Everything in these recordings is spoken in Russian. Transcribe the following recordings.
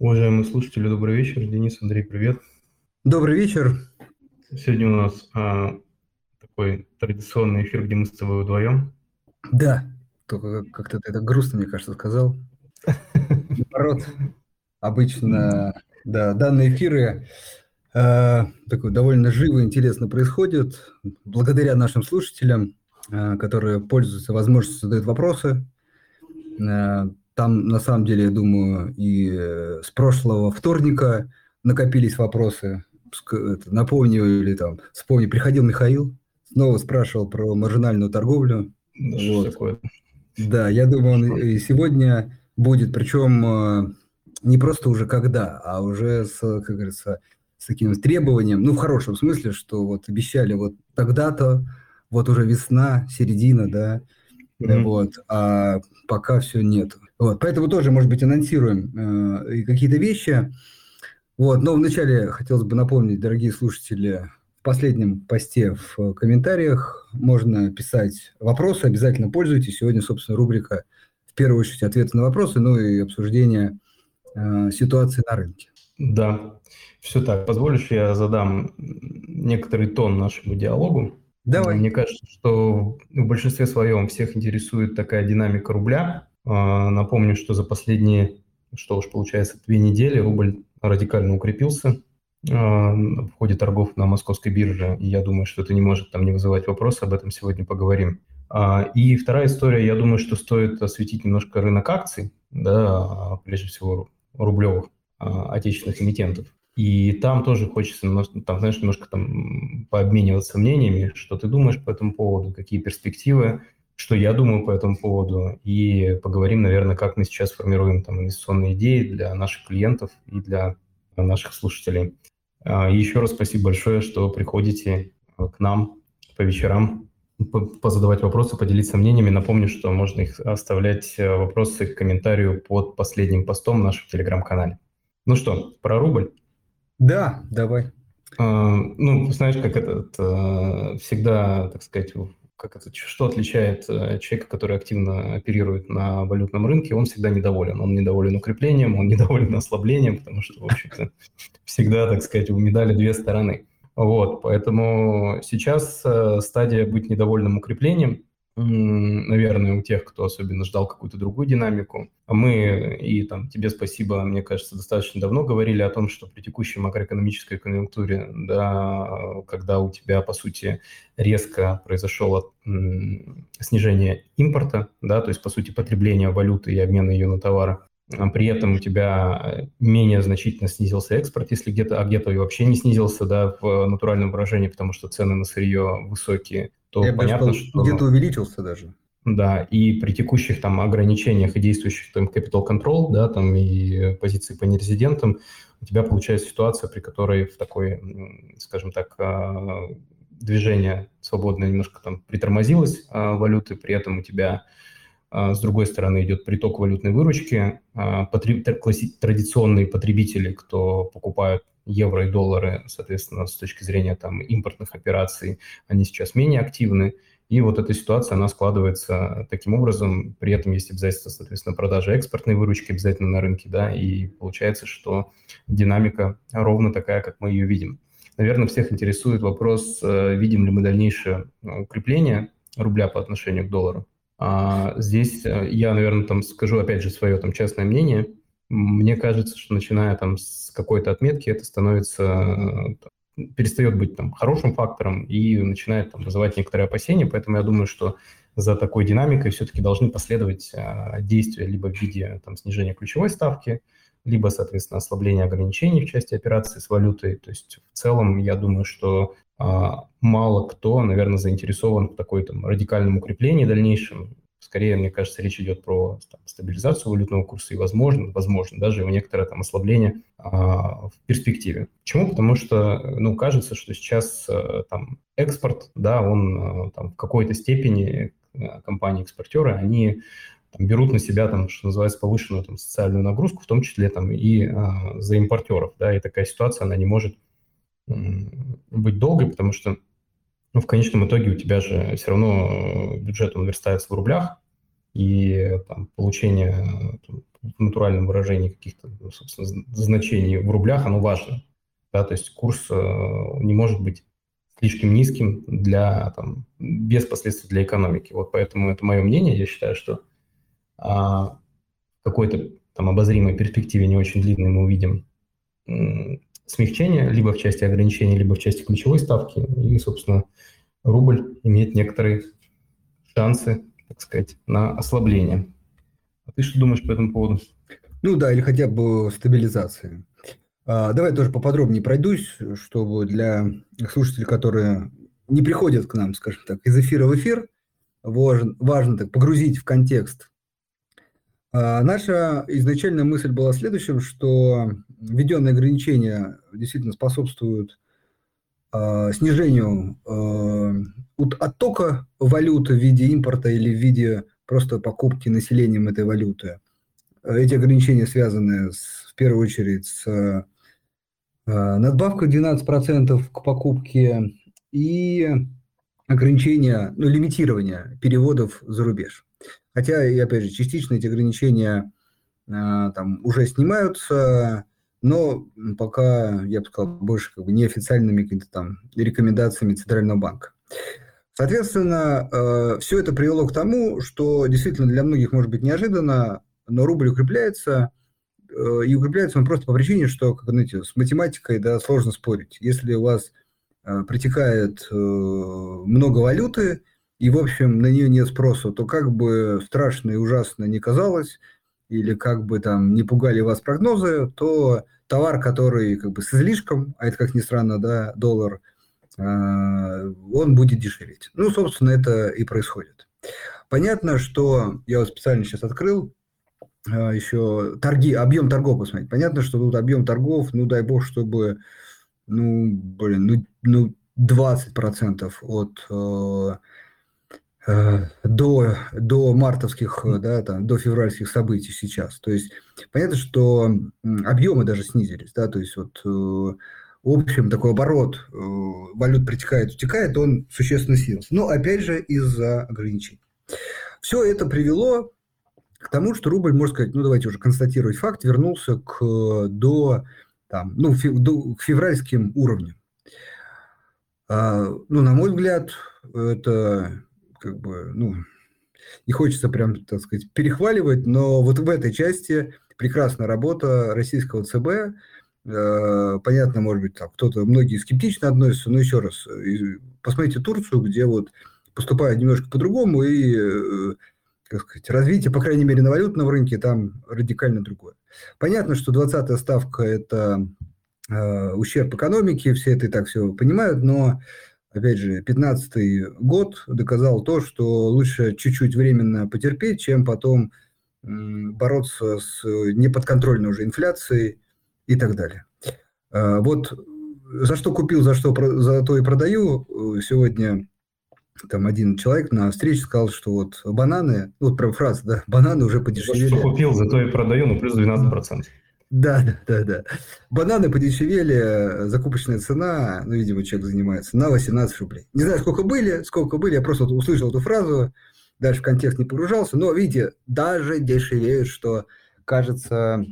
Уважаемые слушатели, добрый вечер. Денис, Андрей, привет. Добрый вечер. Сегодня у нас такой традиционный эфир, где мы с тобой вдвоем. Да, только как-то ты это грустно, мне кажется, сказал. Наоборот, обычно, да, данные эфиры такой довольно живо и интересно происходят, благодаря нашим слушателям, которые пользуются возможностью, задают вопросы. Там, на самом деле, я думаю, и с прошлого вторника накопились вопросы. Напомню или там вспомни, приходил Михаил, снова спрашивал про маржинальную торговлю. Да что ж Вот. такое? Да, я думаю, он Что? и сегодня будет, причем не просто уже когда, а уже с, как говорится, с таким требованием, ну, в хорошем смысле, что вот обещали вот тогда-то, вот уже весна, середина, да, Мгм. вот, а пока все нет. Вот, поэтому тоже, может быть, анонсируем и какие-то вещи. Вот, но вначале хотелось бы напомнить, дорогие слушатели, в последнем посте в комментариях можно писать вопросы, обязательно пользуйтесь. Сегодня, собственно, рубрика в первую очередь ответы на вопросы, ну и обсуждение ситуации на рынке. Да, все так. Позволишь, я задам некоторый тон нашему диалогу. Давай. Мне кажется, что в большинстве своем всех интересует такая динамика рубля. Напомню, что за последние, что уж получается, 2 недели рубль радикально укрепился в ходе торгов на московской бирже. И я думаю, что это не может там не вызывать вопроса, об этом сегодня поговорим. И вторая история, я думаю, что стоит осветить немножко рынок акций, да, прежде всего рублевых отечественных эмитентов. И там тоже хочется немножко, там, знаешь, немножко там пообмениваться мнениями, что ты думаешь по этому поводу, какие перспективы, что я думаю по этому поводу, и поговорим, наверное, как мы сейчас формируем там инвестиционные идеи для наших клиентов и для наших слушателей. И еще раз спасибо большое, что приходите к нам по вечерам позадавать вопросы, поделиться мнениями. Напомню, что можно их оставлять вопросы к комментарию под последним постом в нашем телеграм-канале. Ну что, про рубль? Да, давай. Ну, знаешь, как всегда, так сказать, как это, что отличает человека, который активно оперирует на валютном рынке, он всегда недоволен. Он недоволен укреплением, он недоволен ослаблением, потому что, в общем-то, всегда, так сказать, у медали две стороны. Вот, поэтому сейчас стадия быть недовольным укреплением, наверное, у тех, кто особенно ждал какую-то другую динамику. А мы, и там тебе спасибо, мне кажется, достаточно давно говорили о том, что при текущей макроэкономической конъюнктуре, да, когда у тебя, по сути, резко произошло снижение импорта, да, то есть, по сути, потребление валюты и обмена ее на товары, при этом у тебя менее значительно снизился экспорт, если где-то, а где-то и вообще не снизился, да, в натуральном выражении, потому что цены на сырье высокие, то Я бы даже понятно, сказал, где-то что увеличился даже. да, и при текущих там ограничениях и действующих там capital control, да, там и позиции по нерезидентам, у тебя получается ситуация, при которой в такой, скажем так, движение свободное немножко там притормозилось валюты, при этом у тебя с другой стороны идет приток валютной выручки, традиционные потребители, кто покупают евро и доллары, соответственно, с точки зрения там импортных операций, они сейчас менее активны. И вот эта ситуация, она складывается таким образом, при этом есть обязательства, соответственно, продажи экспортной выручки обязательно на рынке, да, и получается, что динамика ровно такая, как мы ее видим. Наверное, всех интересует вопрос, видим ли мы дальнейшее укрепление рубля по отношению к доллару. Здесь я, наверное, там скажу опять же свое там частное мнение. Мне кажется, что начиная там с какой-то отметки это становится перестает быть там хорошим фактором и начинает там вызывать некоторые опасения. Поэтому я думаю, что за такой динамикой все-таки должны последовать действия либо в виде там снижения ключевой ставки, либо, соответственно, ослабления ограничений в части операций с валютой. То есть в целом я думаю, что мало кто, наверное, заинтересован в такой там радикальном укреплении дальнейшем. Скорее, мне кажется, речь идет про там, стабилизацию валютного курса и, возможно, даже его некоторое там ослабление в перспективе. Почему? Потому что, ну, кажется, что сейчас там экспорт, да, он там в какой-то степени компании-экспортеры, они там, берут на себя, там, что называется, повышенную там, социальную нагрузку, в том числе там, и за импортеров. Да, и такая ситуация, она не может быть долгой, потому что ну, в конечном итоге у тебя же все равно бюджет он верстается в рублях, и там, получение в натуральном выражении каких-то, собственно, значений в рублях, оно важно. Да, то есть курс не может быть слишком низким без последствий для экономики. Вот поэтому это мое мнение. Я считаю, что в какой-то обозримой перспективе, не очень длинной, мы увидим смягчение либо в части ограничений, либо в части ключевой ставки. И, собственно, рубль имеет некоторые шансы, так сказать, на ослабление. А ты что думаешь по этому поводу? Ну да, или хотя бы стабилизации. Давай тоже поподробнее пройдусь, чтобы для слушателей, которые не приходят к нам, скажем так, из эфира в эфир, важно так погрузить в контекст. Наша изначальная мысль была следующим, что введенные ограничения действительно способствуют снижению оттока валюты в виде импорта или в виде просто покупки населением этой валюты. Эти ограничения связаны в первую очередь с надбавкой 12% к покупке и ограничения, лимитирования переводов за рубеж. Хотя, и опять же, частично эти ограничения уже снимаются, но пока, я бы сказал, больше неофициальными какими-то рекомендациями Центрального банка. Соответственно, все это привело к тому, что действительно для многих может быть неожиданно, но рубль укрепляется, и укрепляется он просто по причине, что, как знаете, с математикой сложно спорить. Если у вас притекает много валюты, и, в общем, на нее нет спроса, то как бы страшно и ужасно не казалось, или как бы не пугали вас прогнозы, то товар, который с излишком, а это, как ни странно, доллар, он будет дешеветь. Собственно, это и происходит. Понятно, что я вот специально сейчас открыл еще объем торгов посмотреть. Понятно, что тут объем торгов, дай бог, чтобы 20% от до мартовских, до февральских событий сейчас. То есть понятно, что объемы даже снизились, то есть в общем такой оборот валют притекает, утекает, он существенно снизился. Но опять же из-за ограничений. Все это привело к тому, что рубль, можно сказать, давайте уже констатировать факт, вернулся к февральским уровням. На мой взгляд, это не хочется прям, так сказать, перехваливать, но вот в этой части прекрасная работа российского ЦБ. Понятно, может быть, многие скептично относятся, но еще раз, посмотрите Турцию, где поступают немножко по-другому, и развитие, по крайней мере, на валютном рынке там радикально другое. Понятно, что 20-я ставка – это ущерб экономике, все это и так все понимают, но, опять же, 15-й год доказал то, что лучше чуть-чуть временно потерпеть, чем потом бороться с неподконтрольной уже инфляцией и так далее. Вот за что купил, за то и продаю. Сегодня один человек на встрече сказал, что бананы, прям фраза, бананы уже подешевели. За что купил, за то и продаю, плюс 12%. Да. Бананы подешевели, закупочная цена, видимо, человек занимается, на 18 рублей. Не знаю, сколько были, я просто услышал эту фразу, дальше в контекст не погружался, но, видите, даже дешевеют, что кажется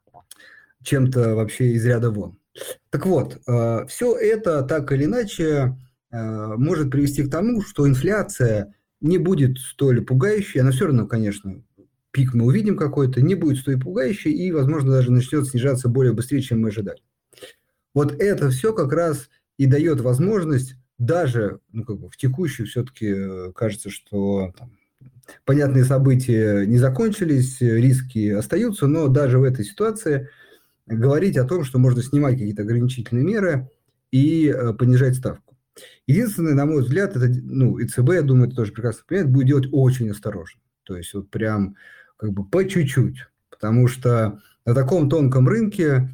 чем-то вообще из ряда вон. Так вот, все это так или иначе может привести к тому, что инфляция не будет столь пугающей, она все равно, конечно, пик мы увидим какой-то, не будет столь пугающей и, возможно, даже начнет снижаться более быстрее, чем мы ожидали. Вот это все как раз и дает возможность даже, в текущую все-таки кажется, что понятные события не закончились, риски остаются, но даже в этой ситуации говорить о том, что можно снимать какие-то ограничительные меры и понижать ставку. Единственное, на мой взгляд, это, и ЦБ, я думаю, это тоже прекрасно понимает, будет делать очень осторожно. То есть прям по чуть-чуть. Потому что на таком тонком рынке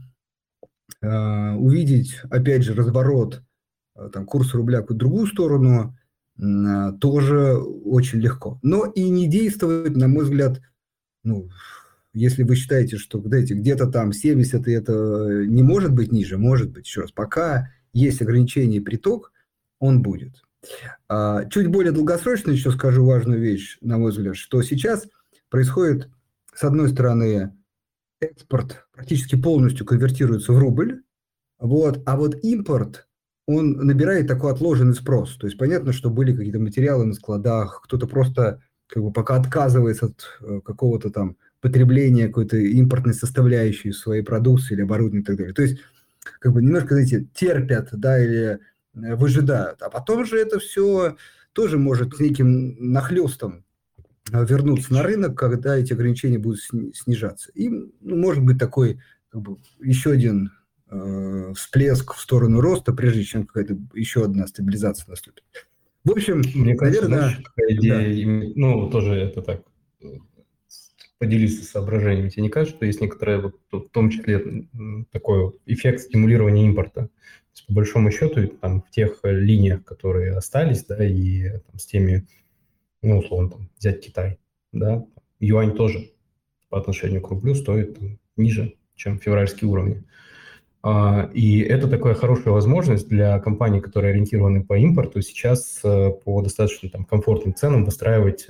увидеть, опять же, разворот курса рубля в другую сторону тоже очень легко. Но и не действовать, на мой взгляд, если вы считаете, что где-то 70, и это не может быть ниже, может быть, еще раз, пока есть ограничение и приток, он будет. Чуть более долгосрочно еще скажу важную вещь, на мой взгляд, что сейчас происходит, с одной стороны, экспорт практически полностью конвертируется в рубль, вот, а вот импорт, он набирает такой отложенный спрос. То есть понятно, что были какие-то материалы на складах, кто-то просто как бы пока отказывается от какого-то там потребления какой-то импортной составляющей в своей продукции или оборудования и так далее. То есть как бы немножко, знаете, терпят, да, или выжидают. А потом же это все тоже может с неким нахлестом вернуться на рынок, когда эти ограничения будут снижаться. И может быть такой как бы, еще один всплеск в сторону роста, прежде чем какая-то еще одна стабилизация наступит. В общем, Мне кажется, наверное, знаешь, такая идея, ну, тоже это так, поделиться соображениями. Тебе не кажется, что есть некоторое, вот, в том числе, такой эффект стимулирования импорта? То есть, по большому счету, там, в тех линиях, которые остались, да, и там, с теми, ну, условно, там, взять Китай, да, юань тоже по отношению к рублю стоит там, ниже, чем февральские уровни. И это такая хорошая возможность для компаний, которые ориентированы по импорту, сейчас по достаточно там, комфортным ценам выстраивать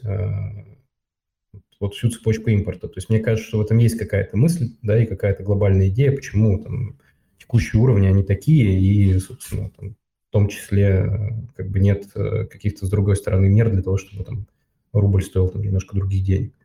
вот всю цепочку импорта. То есть мне кажется, что в этом есть какая-то мысль, да, и какая-то глобальная идея, почему там текущие уровни, они такие, и, собственно, там, в том числе как бы нет каких-то, с другой стороны, мер для того, чтобы там рубль стоил там немножко других денег.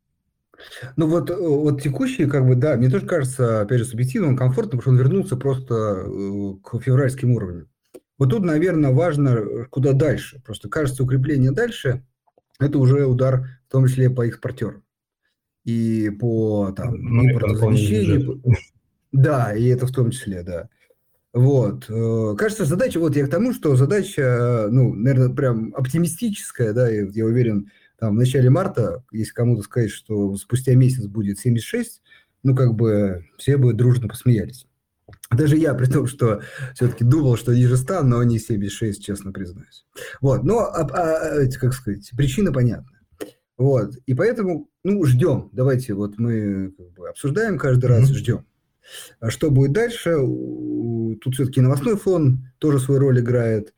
ну вот текущий, как бы, да, мне тоже кажется, опять же, субъективно, он комфортно, потому что он вернулся просто к февральским уровням. Вот тут, наверное, важно, куда дальше. Просто кажется, укрепление дальше – это уже удар, в том числе по экспортерам. И по там, Но это наполнение импортозамещению. бюджета. Да, и это в том числе, да. Вот. Кажется, задача, вот я к тому, что задача, ну, наверное, прям оптимистическая, да, и я уверен, там, в начале марта, если кому-то сказать, что спустя месяц будет 76, ну, как бы все бы дружно посмеялись. Даже я, при том, что все-таки думал, что ниже 100, но не 76, честно признаюсь. Вот, но, как сказать, причина понятна. Вот, и поэтому, ну, ждем. Давайте, вот мы как бы обсуждаем каждый раз, ждем. А что будет дальше? Тут все-таки новостной фон тоже свою роль играет.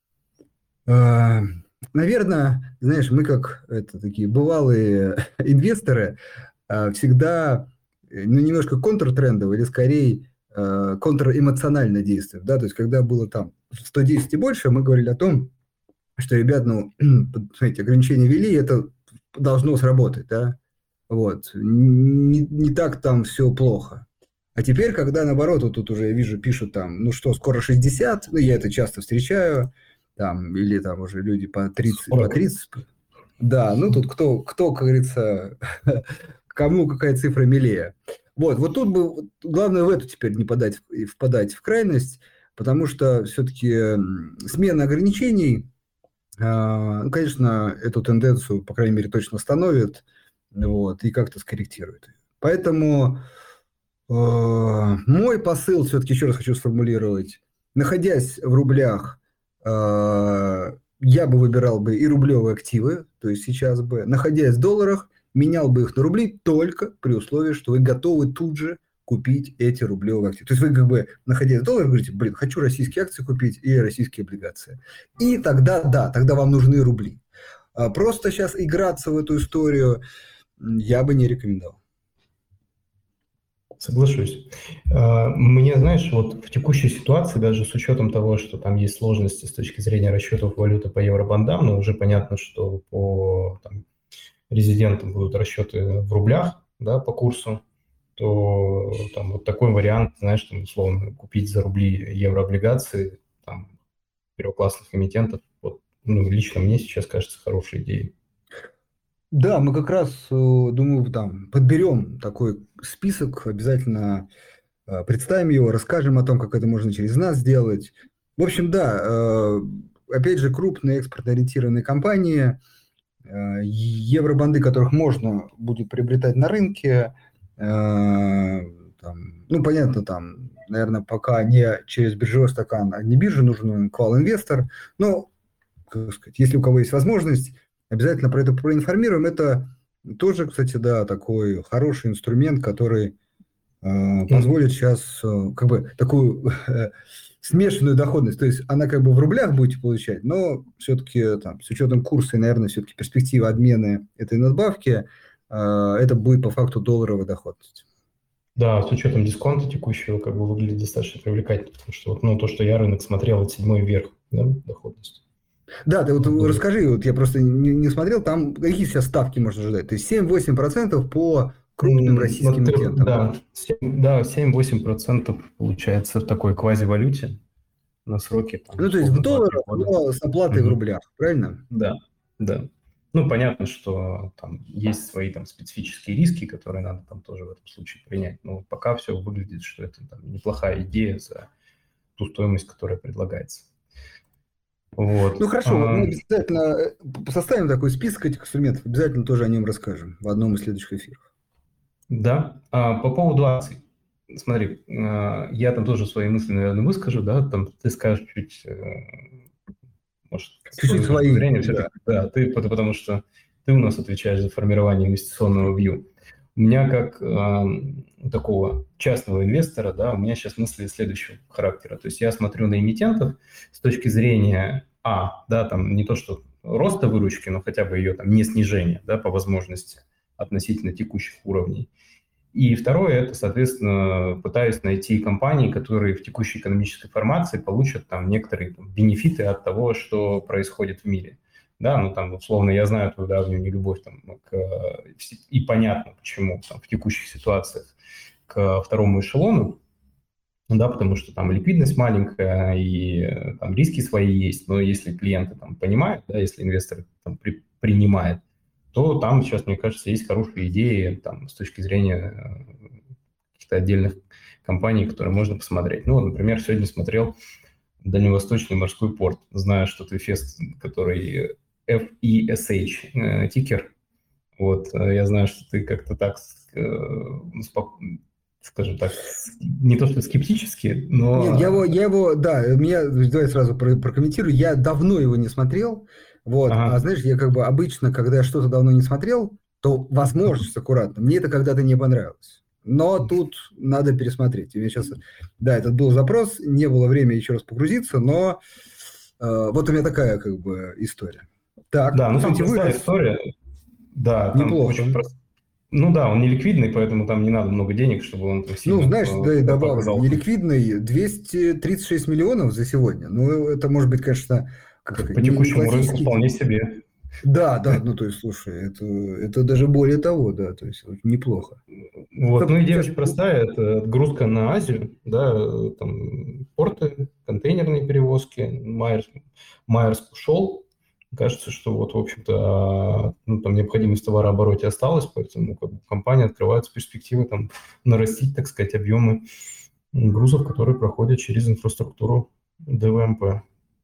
Наверное, знаешь, мы как такие бывалые инвесторы всегда ну, немножко контртрендово или скорее контрээмоционально действуем. Да? То есть, когда было там 110 и больше, мы говорили о том, что, ребят, ну, смотрите, ограничения ввели, это должно сработать. Да? Вот. Не так там все плохо. А теперь, когда наоборот, вот тут уже я вижу, пишут там, ну что, скоро 60, ну я это часто встречаю, там, или там уже люди по 30, 40. По 30. Да, ну тут кто, как говорится, кому какая цифра милее. Вот тут бы, главное в эту теперь не впадать в крайность, потому что все-таки смена ограничений, ну, конечно, эту тенденцию, по крайней мере, точно остановит, вот, и как-то скорректирует. Поэтому мой посыл, все-таки еще раз хочу сформулировать, находясь в рублях, я бы выбирал бы и рублевые активы, то есть сейчас бы, находясь в долларах, менял бы их на рубли только при условии, что вы готовы тут же купить эти рублевые активы. То есть вы как бы, находясь в долларах, говорите, блин, хочу российские акции купить и российские облигации. И тогда, да, тогда вам нужны рубли. Просто сейчас играться в эту историю я бы не рекомендовал. Соглашусь. Мне, знаешь, вот в текущей ситуации, даже с учетом того, что там есть сложности с точки зрения расчетов валюты по евробандам, но уже понятно, что по там, резидентам будут расчеты в рублях, да, по курсу, то там вот такой вариант, знаешь, там, условно, купить за рубли еврооблигации там, первоклассных эмитентов, вот, ну, лично мне сейчас кажется хорошей идеей. Да, мы как раз, думаю, там подберем такой список, обязательно представим его, расскажем о том, как это можно через нас сделать. В общем, да, опять же, крупные экспортно-ориентированные компании, евробанды, которых можно будет приобретать на рынке, там, ну, понятно, там, наверное, пока не через биржевой стакан, а не биржа, нужен квал-инвестор, но, как сказать, если у кого есть возможность, обязательно про это проинформируем. Это тоже, кстати, да, такой хороший инструмент, который позволит сейчас как бы такую смешанную доходность. То есть она как бы в рублях будете получать, но все-таки там, с учетом курса и, наверное, все-таки перспективы обмена этой надбавки, это будет по факту долларовая доходность. Да, с учетом дисконта текущего, как бы выглядит достаточно привлекательно, потому что вот, ну, то, что я рынок смотрел, от 7 вверх, да, доходность. Да, ты вот Более. расскажи, вот я просто не смотрел, там какие сейчас ставки можно ожидать? То есть 7-8% по крупным российским эмитентам. Да, 7-8% получается в такой квазивалюте на сроки, там, Ну, то есть в условно, 2-3 долларах, года. но с оплатой в Мгм. рублях, правильно? Да, да. Ну, понятно, что там есть свои там специфические риски, которые надо там тоже в этом случае принять. Но пока все выглядит, что это там неплохая идея за ту стоимость, которая предлагается. Ну, Вот. хорошо, вот мы обязательно составим такой список этих инструментов, обязательно тоже о нем расскажем в одном из следующих эфиров. Да. По поводу акций. Смотри, я там тоже свои мысли, наверное, выскажу, да, там ты скажешь чуть, может, Чуть-чуть свою точку свои, зрения да. все-таки, да, потому что ты у нас отвечаешь за формирование инвестиционного вью. У меня как такого частного инвестора, да, у меня сейчас мысли следующего характера. То есть я смотрю на эмитентов с точки зрения, да, там не то, что роста выручки, но хотя бы ее там не снижения, да, по возможности относительно текущих уровней. И второе, это, соответственно, пытаюсь найти компании, которые в текущей экономической формации получат там некоторые там, бенефиты от того, что происходит в мире. Да, ну там, условно, я знаю твою давнюю нелюбовь там, и понятно, почему там, в текущих ситуациях к второму эшелону, да, потому что там ликвидность маленькая и там риски свои есть, но если клиенты там понимают, да, если инвестор там принимает, то там сейчас, мне кажется, есть хорошие идеи там с точки зрения каких-то отдельных компаний, которые можно посмотреть. Ну, например, сегодня смотрел Дальневосточный морской порт, зная, что ты ФЕС, который FESH, тикер, вот, я знаю, что ты как-то так, скажем так, не то что скептически, Нет, но... да, давай сразу прокомментирую, я давно его не смотрел, вот, а Ага. знаешь, я как бы обычно, когда я что-то давно не смотрел, то возможность аккуратно, мне это когда-то не понравилось. Но тут надо пересмотреть. У меня сейчас, да, этот был запрос, не было времени еще раз погрузиться, но вот у меня такая как бы история. Так, Да, по ну там сути, простая вырос история. Да, там неплохо. очень просто. Ну да, он не ликвидный, поэтому там не надо много денег, чтобы он там Ну, сильно знаешь, да и добавлю, показал. неликвидный 236 миллионов за сегодня. Ну, это может быть, конечно, как По сказать, не текущему рынку классический. вполне себе. Да, да, ну, то есть, слушай, это даже более того, да, то есть, вот неплохо. Вот, ну идея Сейчас, очень простая, это отгрузка на Азию, да, там порты, контейнерные перевозки, Майерс ушел, кажется, что вот, в общем-то, ну, там необходимость в товарообороте осталась, поэтому как бы, компания открывается перспективы там нарастить, так сказать, объемы грузов, которые проходят через инфраструктуру ДВМП.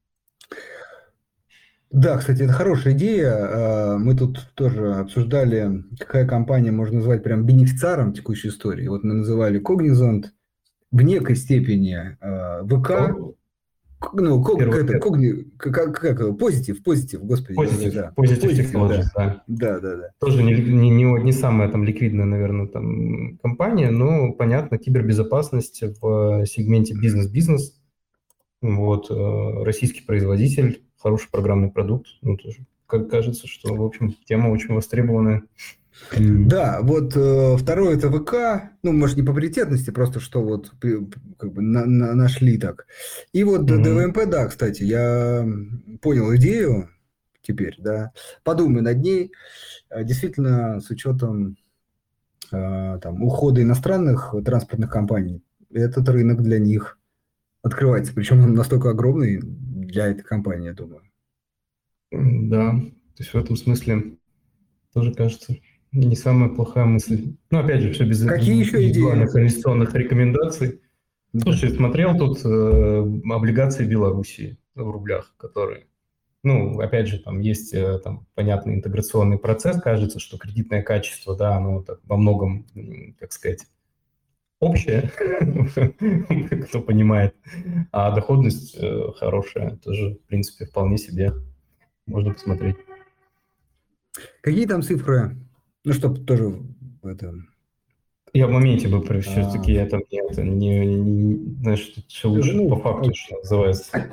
да, кстати, это хорошая идея. Мы тут тоже обсуждали, какая компания можно назвать прям бенефициаром текущей истории. Вот мы называли Cognizant, в некой степени ВК, То ну, первый это, позитив, господи, я уже, Positive, да, Positive позитив, Technologies, да, да. да, да, да. Тоже не самая там ликвидная, наверное, там компания, но, понятно, кибербезопасность в сегменте бизнес-бизнес. Вот, российский производитель, хороший программный продукт. Ну, тоже, как кажется, что, в общем, тема очень востребованная. Да, вот второе это ВК, ну, может, не по приоритетности, просто что вот как бы нашли так. И вот Мгм. ДВМП, да, кстати, я понял идею теперь, да, подумай над ней. Действительно, с учетом там, ухода иностранных транспортных компаний, этот рынок для них открывается, причем он настолько огромный для этой компании, я думаю. Да, то есть в этом смысле тоже кажется не самая плохая мысль. Но опять же, все без Какие еще идеи? индивидуальных инвестиционных рекомендаций. Да. Слушай, смотрел тут облигации Белоруссии в рублях, которые, ну, опять же, там есть там понятный интеграционный процесс. Кажется, что кредитное качество, да, оно так во многом, как сказать, общее, кто понимает, а доходность хорошая, тоже, в принципе, вполне себе можно посмотреть. Какие там цифры? Ну, чтобы тоже в этом... Я в моменте бы а, все-таки это знаешь, все лучше по ну, факту, что называется.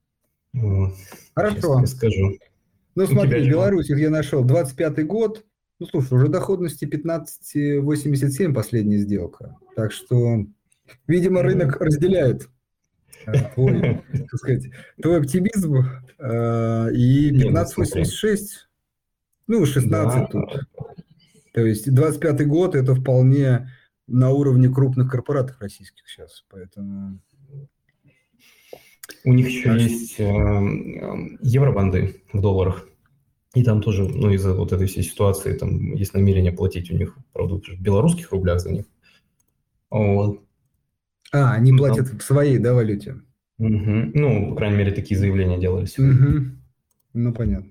Вот. Сейчас хорошо. тебе скажу. Ну, У тебя смотри, чего? Беларусь, я нашел, 25-й год, Ну, слушай, уже доходности 15,87 последняя сделка. Так что, видимо, рынок разделяет твой, так сказать, твой оптимизм и Не, ну смотри, 15,86, ну, 16 да, тут. То есть 25-й год – это вполне на уровне крупных корпоратов российских сейчас. Поэтому… у них еще Так что… есть евробанды в долларах. И там тоже, ну, из-за вот этой всей ситуации, там есть намерение платить у них, правда, в белорусских рублях за них. Вот. Они Ну, платят там, в своей, да, валюте? мгм. Ну, по крайней мере, такие заявления делались. Угу. Ну, понятно.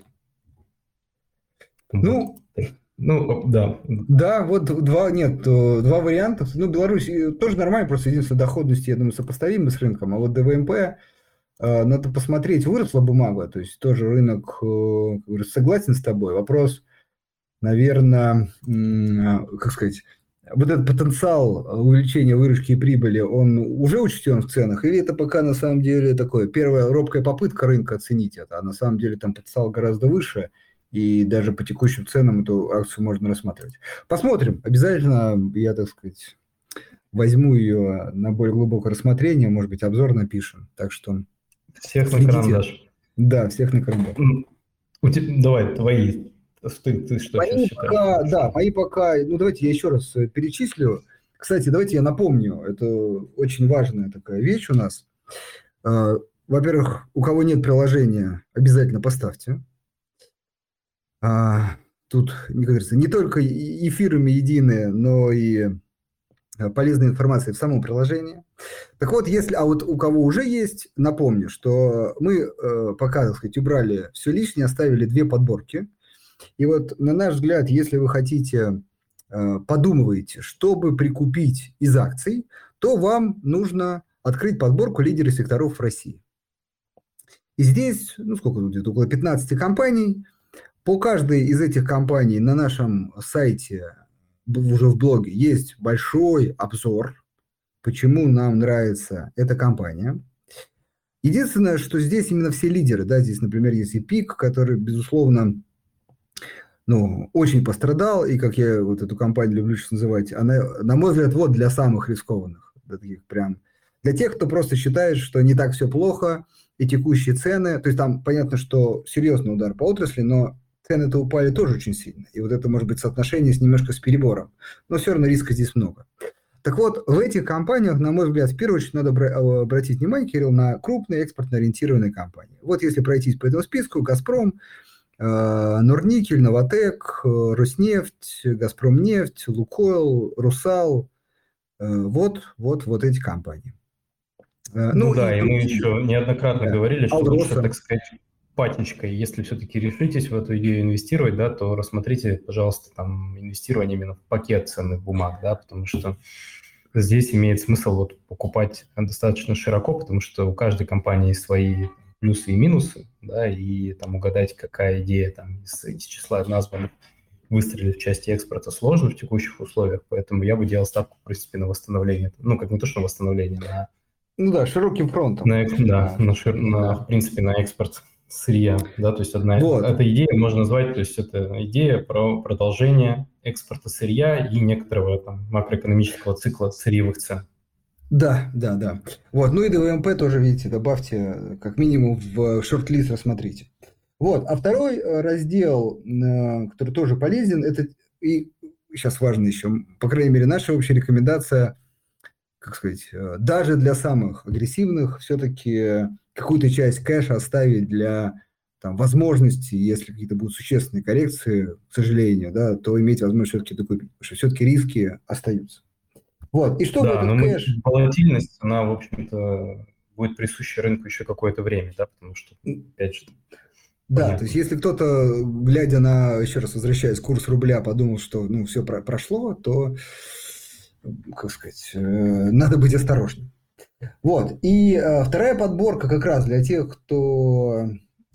Вот. Ну, Ну, да. да, вот два варианта. Ну, Беларусь тоже нормально, просто единственное, доходности, я думаю, сопоставимы с рынком. А вот ДВМП, надо посмотреть, выросла бумага, то есть тоже рынок, как говорится, согласен с тобой. Вопрос, наверное, как сказать, вот этот потенциал увеличения выручки и прибыли, он уже учтен в ценах? Или это пока на самом деле такое первая робкая попытка рынка оценить это, а на самом деле там потенциал гораздо выше, и даже по текущим ценам эту акцию можно рассматривать? Посмотрим. Обязательно я, так сказать, возьму ее на более глубокое рассмотрение, может быть, обзор напишем. Так что Всех на следите. карандаш. Да, всех на карандаш. Давай, твои. Ты что сейчас Мои считаешь? пока, да, мои пока, ну давайте я еще раз перечислю. Кстати, давайте я напомню, это очень важная такая вещь у нас. Во-первых, у кого нет приложения, обязательно поставьте. Тут, как говорится, не только эфирами единые, но и полезная информация в самом приложении. Так вот, если, а вот у кого уже есть, напомню, что мы пока, так сказать, убрали все лишнее, оставили две подборки. И вот, на наш взгляд, если вы хотите, подумываете, чтобы прикупить из акций, то вам нужно открыть подборку лидеры секторов в России. И здесь, ну сколько тут, где-то около 15 компаний. По каждой из этих компаний на нашем сайте, уже в блоге, есть большой обзор, почему нам нравится эта компания. Единственное, что здесь именно все лидеры, да, здесь, например, есть и ПИК, который, безусловно, ну, очень пострадал, и, как я вот эту компанию люблю сейчас называть, она, на мой взгляд, вот для самых рискованных, для таких прям, для тех, кто просто считает, что не так все плохо, и текущие цены, то есть там понятно, что серьезный удар по отрасли, но цены-то упали тоже очень сильно, и вот это может быть соотношение с немножко с перебором, но все равно риска здесь много. Так вот, в этих компаниях, на мой взгляд, в первую очередь надо обратить внимание, Кирилл, на крупные экспортно-ориентированные компании. Вот если пройтись по этому списку, «Газпром», Норникель, Новатэк, Роснефть, Газпромнефть, Лукойл, Русал, вот эти компании. Ну Ну да, и и мы другие. еще неоднократно Да. говорили, что лучше, Алроса. так сказать, патечкой, если все-таки решитесь в эту идею инвестировать, да, то рассмотрите, пожалуйста, там инвестирование именно в пакет ценных бумаг, да, потому что здесь имеет смысл вот покупать достаточно широко, потому что у каждой компании свои плюсы и минусы, да, и там угадать, какая идея там из числа названных выстрелить в части экспорта сложно в текущих условиях, поэтому я бы делал ставку, в принципе, на восстановление. Ну, как не то, что на восстановление, Ну да, широким фронтом. да, Да. в принципе, на экспорт сырья, да, то есть Вот. эта идея можно назвать, то есть это идея про продолжение экспорта сырья и некоторого там макроэкономического цикла сырьевых цен. Да, да, да. Вот. Ну и ДВМП тоже, видите, добавьте, как минимум в шорт-лист рассмотрите. Вот. А второй раздел, который тоже полезен, это и сейчас важно еще, по крайней мере, наша общая рекомендация, как сказать, даже для самых агрессивных все-таки какую-то часть кэша оставить для там, возможности, если какие-то будут существенные коррекции, к сожалению, да, то иметь возможность все-таки докупить, потому что все-таки риски остаются. Вот. И чтобы Да, этот но кэш… волатильность, она, в общем-то, будет присуща рынку еще какое-то время, да, потому что, опять же, Да, то есть понятно. если кто-то, глядя на, еще раз возвращаясь, курс рубля, подумал, что ну, все прошло, то, как сказать, надо быть осторожным. Вот. И вторая подборка как раз для тех, кто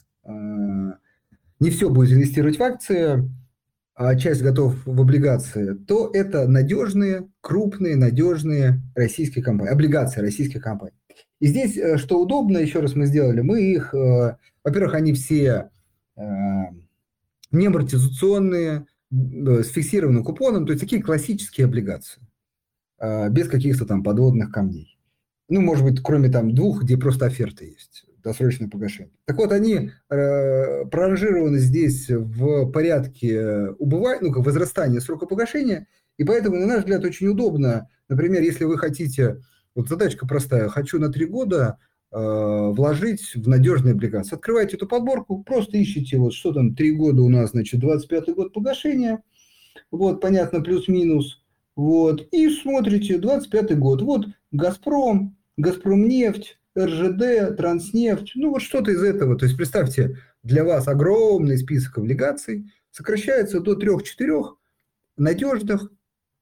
не все будет инвестировать в акции, а часть готов в облигации, то это надежные, крупные, надежные российские компании, облигации российских компаний. И здесь, что удобно, еще раз мы сделали, мы их, во-первых, они все не амортизационные, с фиксированным купоном, то есть такие классические облигации, без каких-то там подводных камней. Ну, может быть, кроме там 2, где просто оферта есть, досрочное погашение. Так вот, они проранжированы здесь в порядке возрастания срока погашения, и поэтому, на наш взгляд, очень удобно. Например, если вы хотите, вот задачка простая, хочу на 3 года вложить в надежные облигации. Открываете эту подборку, просто ищите, вот что там, 3 года у нас, значит, 25-й год погашения, вот, понятно, плюс-минус, вот, и смотрите, 25-й год, вот, «Газпром», «Газпромнефть», РЖД, «Транснефть», ну, вот что-то из этого. То есть, представьте, для вас огромный список облигаций сокращается до 3-4 надежных,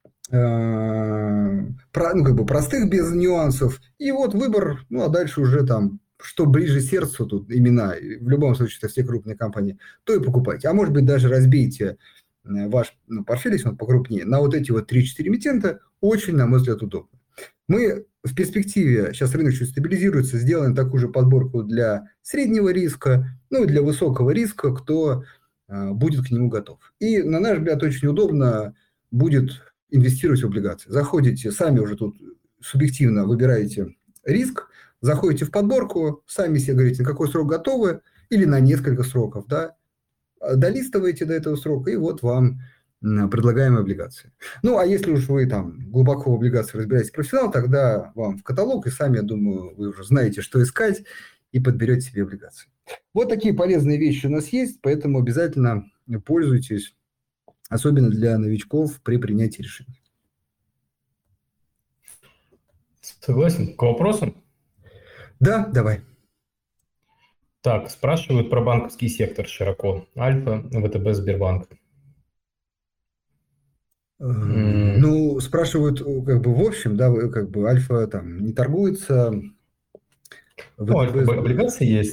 простых, без нюансов. И вот выбор, ну, а дальше уже там, что ближе сердцу, тут имена, в любом случае, это все крупные компании, то и покупайте. А может быть, даже разбейте ваш портфель, если он покрупнее, на вот эти вот 3-4 эмитента, очень, на мой взгляд, удобно. Мы в перспективе, сейчас рынок чуть стабилизируется, сделаем такую же подборку для среднего риска, ну и для высокого риска, кто будет к нему готов. И, на наш взгляд, очень удобно будет инвестировать в облигации. Заходите, сами уже тут субъективно выбираете риск, заходите в подборку, сами себе говорите, на какой срок готовы, или на несколько сроков, да, долистываете до этого срока, и вот вам предлагаемые облигации. Ну, а если уж вы там глубоко в облигациях разбираетесь профессионал, тогда вам в каталог, и сами, я думаю, вы уже знаете, что искать, и подберете себе облигации. Вот такие полезные вещи у нас есть, поэтому обязательно пользуйтесь, особенно для новичков при принятии решений. Согласен. К вопросам? Да, давай. Так, спрашивают про банковский сектор широко. Альфа, ВТБ, Сбербанк. Ну, спрашивают, как бы в общем, да, как бы Альфа там не торгуется. Ну, Альфа облигации есть.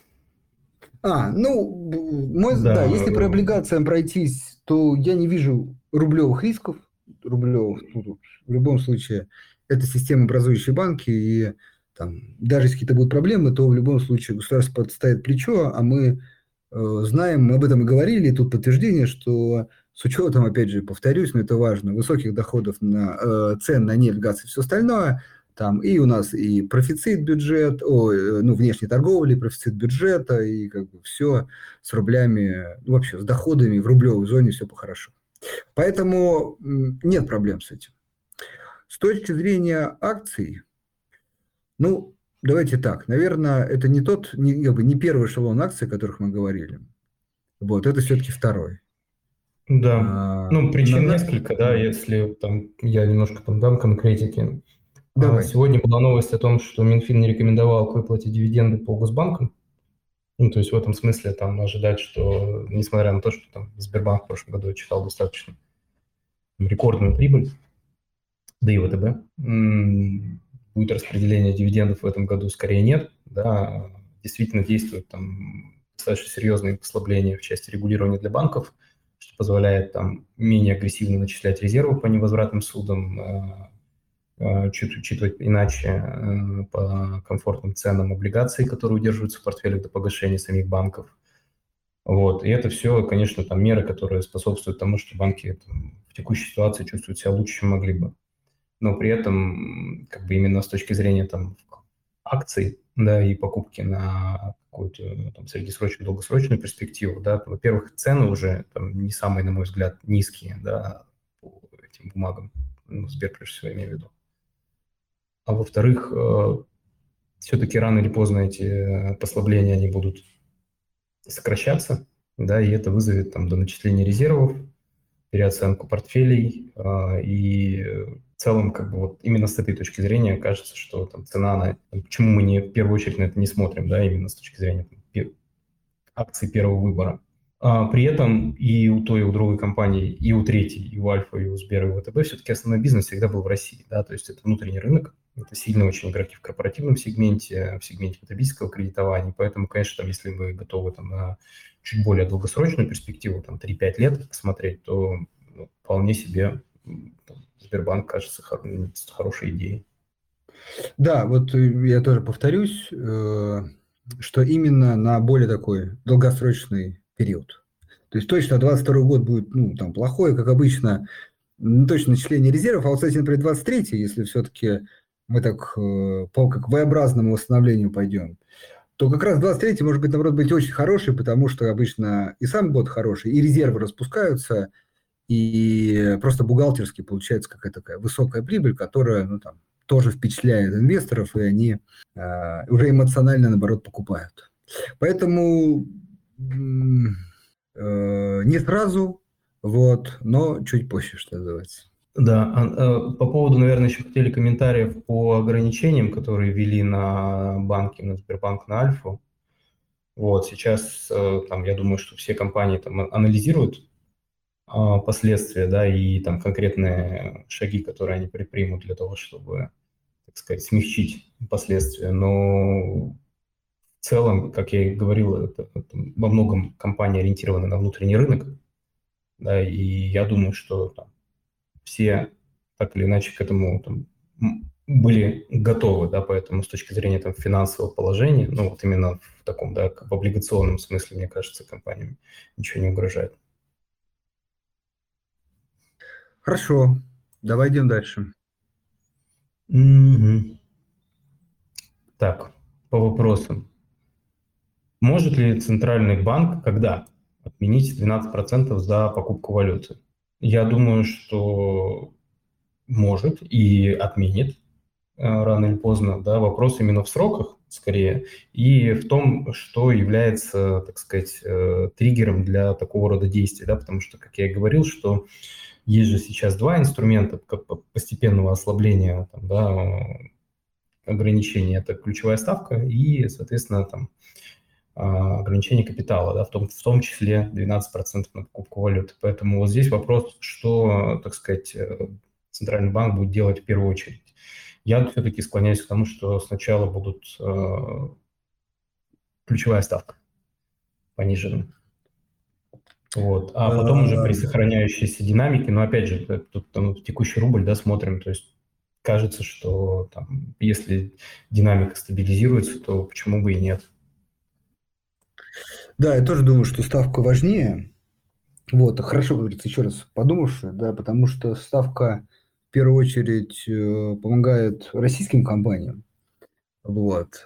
Да, Да. если по облигациям пройтись, то я не вижу рублевых рисков. В любом случае, это системообразующие банки, и там, даже если какие-то будут проблемы, то в любом случае государство подставит плечо, а мы знаем, мы об этом и говорили, и тут подтверждение, что с учетом, опять же, повторюсь, но это важно, высоких доходов цен на нефть, газ и все остальное, там и у нас и профицит бюджет, внешней торговли, профицит бюджета, и как бы все с рублями, вообще с доходами в рублевой зоне все хорошо. Поэтому нет проблем с этим. С точки зрения акций, давайте так, наверное, это не первый эшелон акций, о которых мы говорили. Вот, это все-таки второй. Да. Причин несколько, да, если там я немножко там дам конкретики. Давай. Сегодня была новость о том, что Минфин не рекомендовал к выплате дивиденды по госбанкам. То есть в этом смысле там ожидать, что, несмотря на то, что там Сбербанк в прошлом году отчитал достаточно рекордную прибыль, да и ВТБ, будет распределение дивидендов в этом году скорее нет. Да, действительно действуют там достаточно серьезные послабления в части регулирования для банков, что позволяет там менее агрессивно начислять резервы по невозвратным судам, чуть учитывать иначе по комфортным ценам облигаций, которые удерживаются в портфелях до погашения самих банков. Вот. И это все, конечно, там меры, которые способствуют тому, что банки в текущей ситуации чувствуют себя лучше, чем могли бы. Но при этом, как бы именно с точки зрения там акций, да, и покупки на какую-то там среднесрочную, долгосрочную перспективу, да, во-первых, цены уже там не самые, на мой взгляд, низкие, да, по этим бумагам, Сбер, прежде всего, имею в виду. А во-вторых, все-таки рано или поздно эти послабления, они будут сокращаться, да, и это вызовет там до начисления резервов, переоценку портфелей, и в целом, как бы вот именно с этой точки зрения кажется, что там цена почему мы не в первую очередь на это не смотрим, да, именно с точки зрения акций первого выбора. При этом и у той, и у другой компании, и у третьей, и у Альфа, и у Сбера, и у ВТБ все-таки основной бизнес всегда был в России, да, то есть это внутренний рынок, это сильно очень игроки в корпоративном сегменте, в сегменте потребительского кредитования, поэтому, конечно, там, если вы готовы там на чуть более долгосрочную перспективу, там 3-5 лет посмотреть, то вполне себе Сбербанк кажется хорошей идеей. Да, вот я тоже повторюсь, что именно на более такой долгосрочный период. То есть точно 22 год будет, ну, там, плохой, как обычно, не точно начисление резервов, а вот, кстати, например, 23, если все-таки мы так по как V-образному восстановлению пойдем, то как раз 23 может быть, наоборот, быть очень хороший, потому что обычно и сам год хороший, и резервы распускаются, и просто бухгалтерски получается какая-то такая высокая прибыль, которая, ну, там, тоже впечатляет инвесторов, и они уже эмоционально, наоборот, покупают. Поэтому не сразу, вот, но чуть позже, что называется. Да, по поводу, наверное, еще хотели комментариев по ограничениям, которые ввели на банки, на Сбербанк, на Альфу. Вот, сейчас, там, я думаю, что все компании там анализируют последствия, да, и там конкретные шаги, которые они предпримут для того, чтобы, так сказать, смягчить последствия. Но в целом, как я и говорил, это во многом компании ориентированы на внутренний рынок, да, и я думаю, что там все так или иначе к этому там, были готовы, да, поэтому с точки зрения там финансового положения, ну вот именно в таком, да, в облигационном смысле, мне кажется, компаниям ничего не угрожает. Хорошо, давай идем дальше. Мгм. Так, по вопросам. Может ли Центральный банк когда отменить 12% за покупку валюты? Я думаю, что может и отменит рано или поздно. Да, вопрос именно в сроках, скорее, и в том, что является, так сказать, триггером для такого рода действий. Да, потому что, как я и говорил, что есть же сейчас два инструмента как постепенного ослабления там, да, ограничения. Это ключевая ставка и, соответственно, там, ограничение капитала, да, в том числе 12% на покупку валюты. Поэтому вот здесь вопрос, что, так сказать, Центральный банк будет делать в первую очередь. Я все-таки склоняюсь к тому, что сначала будут ключевая ставка понижена. Вот. А потом уже при сохраняющейся динамике, но опять же, тут там, текущий рубль, да, смотрим, то есть кажется, что там, если динамика стабилизируется, то почему бы и нет. Да, я тоже думаю, что ставка важнее. Вот, хорошо, говорится, еще раз подумавши, да, потому что ставка в первую очередь помогает российским компаниям. Вот.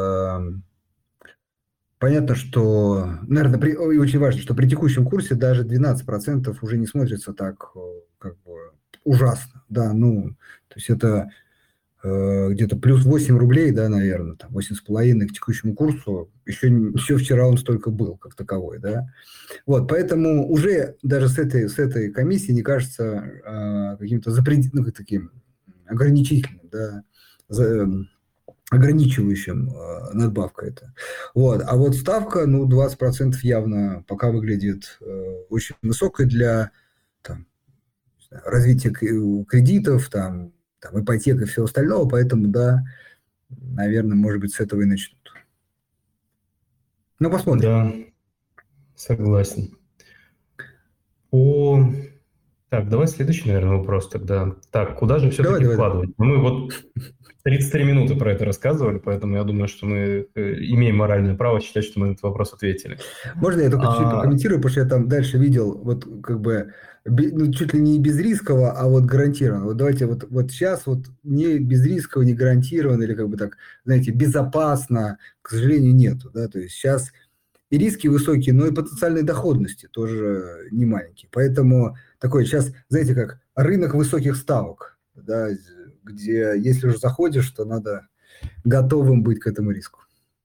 Понятно, что, наверное, и очень важно, что при текущем курсе даже 12% уже не смотрится так как бы ужасно. Да, ну, то есть это где-то плюс 8 рублей, да, наверное, там 8,5 к текущему курсу. Еще вчера он столько был, как таковой, да. Вот, поэтому уже даже с этой комиссии не кажется каким-то ну, таким ограничительным, да, ограничивающим надбавка это. Вот. А вот ставка, ну, 20% явно пока выглядит очень высокой для там, развития кредитов, там, ипотек и всего остального, поэтому, да, наверное, может быть, с этого и начнут. Ну, посмотрим. Да, согласен. Так, давай следующий, наверное, вопрос тогда. Так, куда же все-таки вкладывать? Мы вот 33 минуты про это рассказывали, поэтому я думаю, что мы имеем моральное право считать, что мы на этот вопрос ответили. Можно я только чуть-чуть прокомментирую, потому что я там дальше видел, вот как бы, ну, чуть ли не без рискового, а вот гарантированно. Вот давайте вот сейчас вот не без рискового, не гарантированно, или как бы так, знаете, безопасно, к сожалению, нету, да, то есть сейчас и риски высокие, но и потенциальные доходности тоже не маленькие. Поэтому такой сейчас, знаете, как рынок высоких ставок, да, где если уже заходишь, то надо готовым быть к этому риску.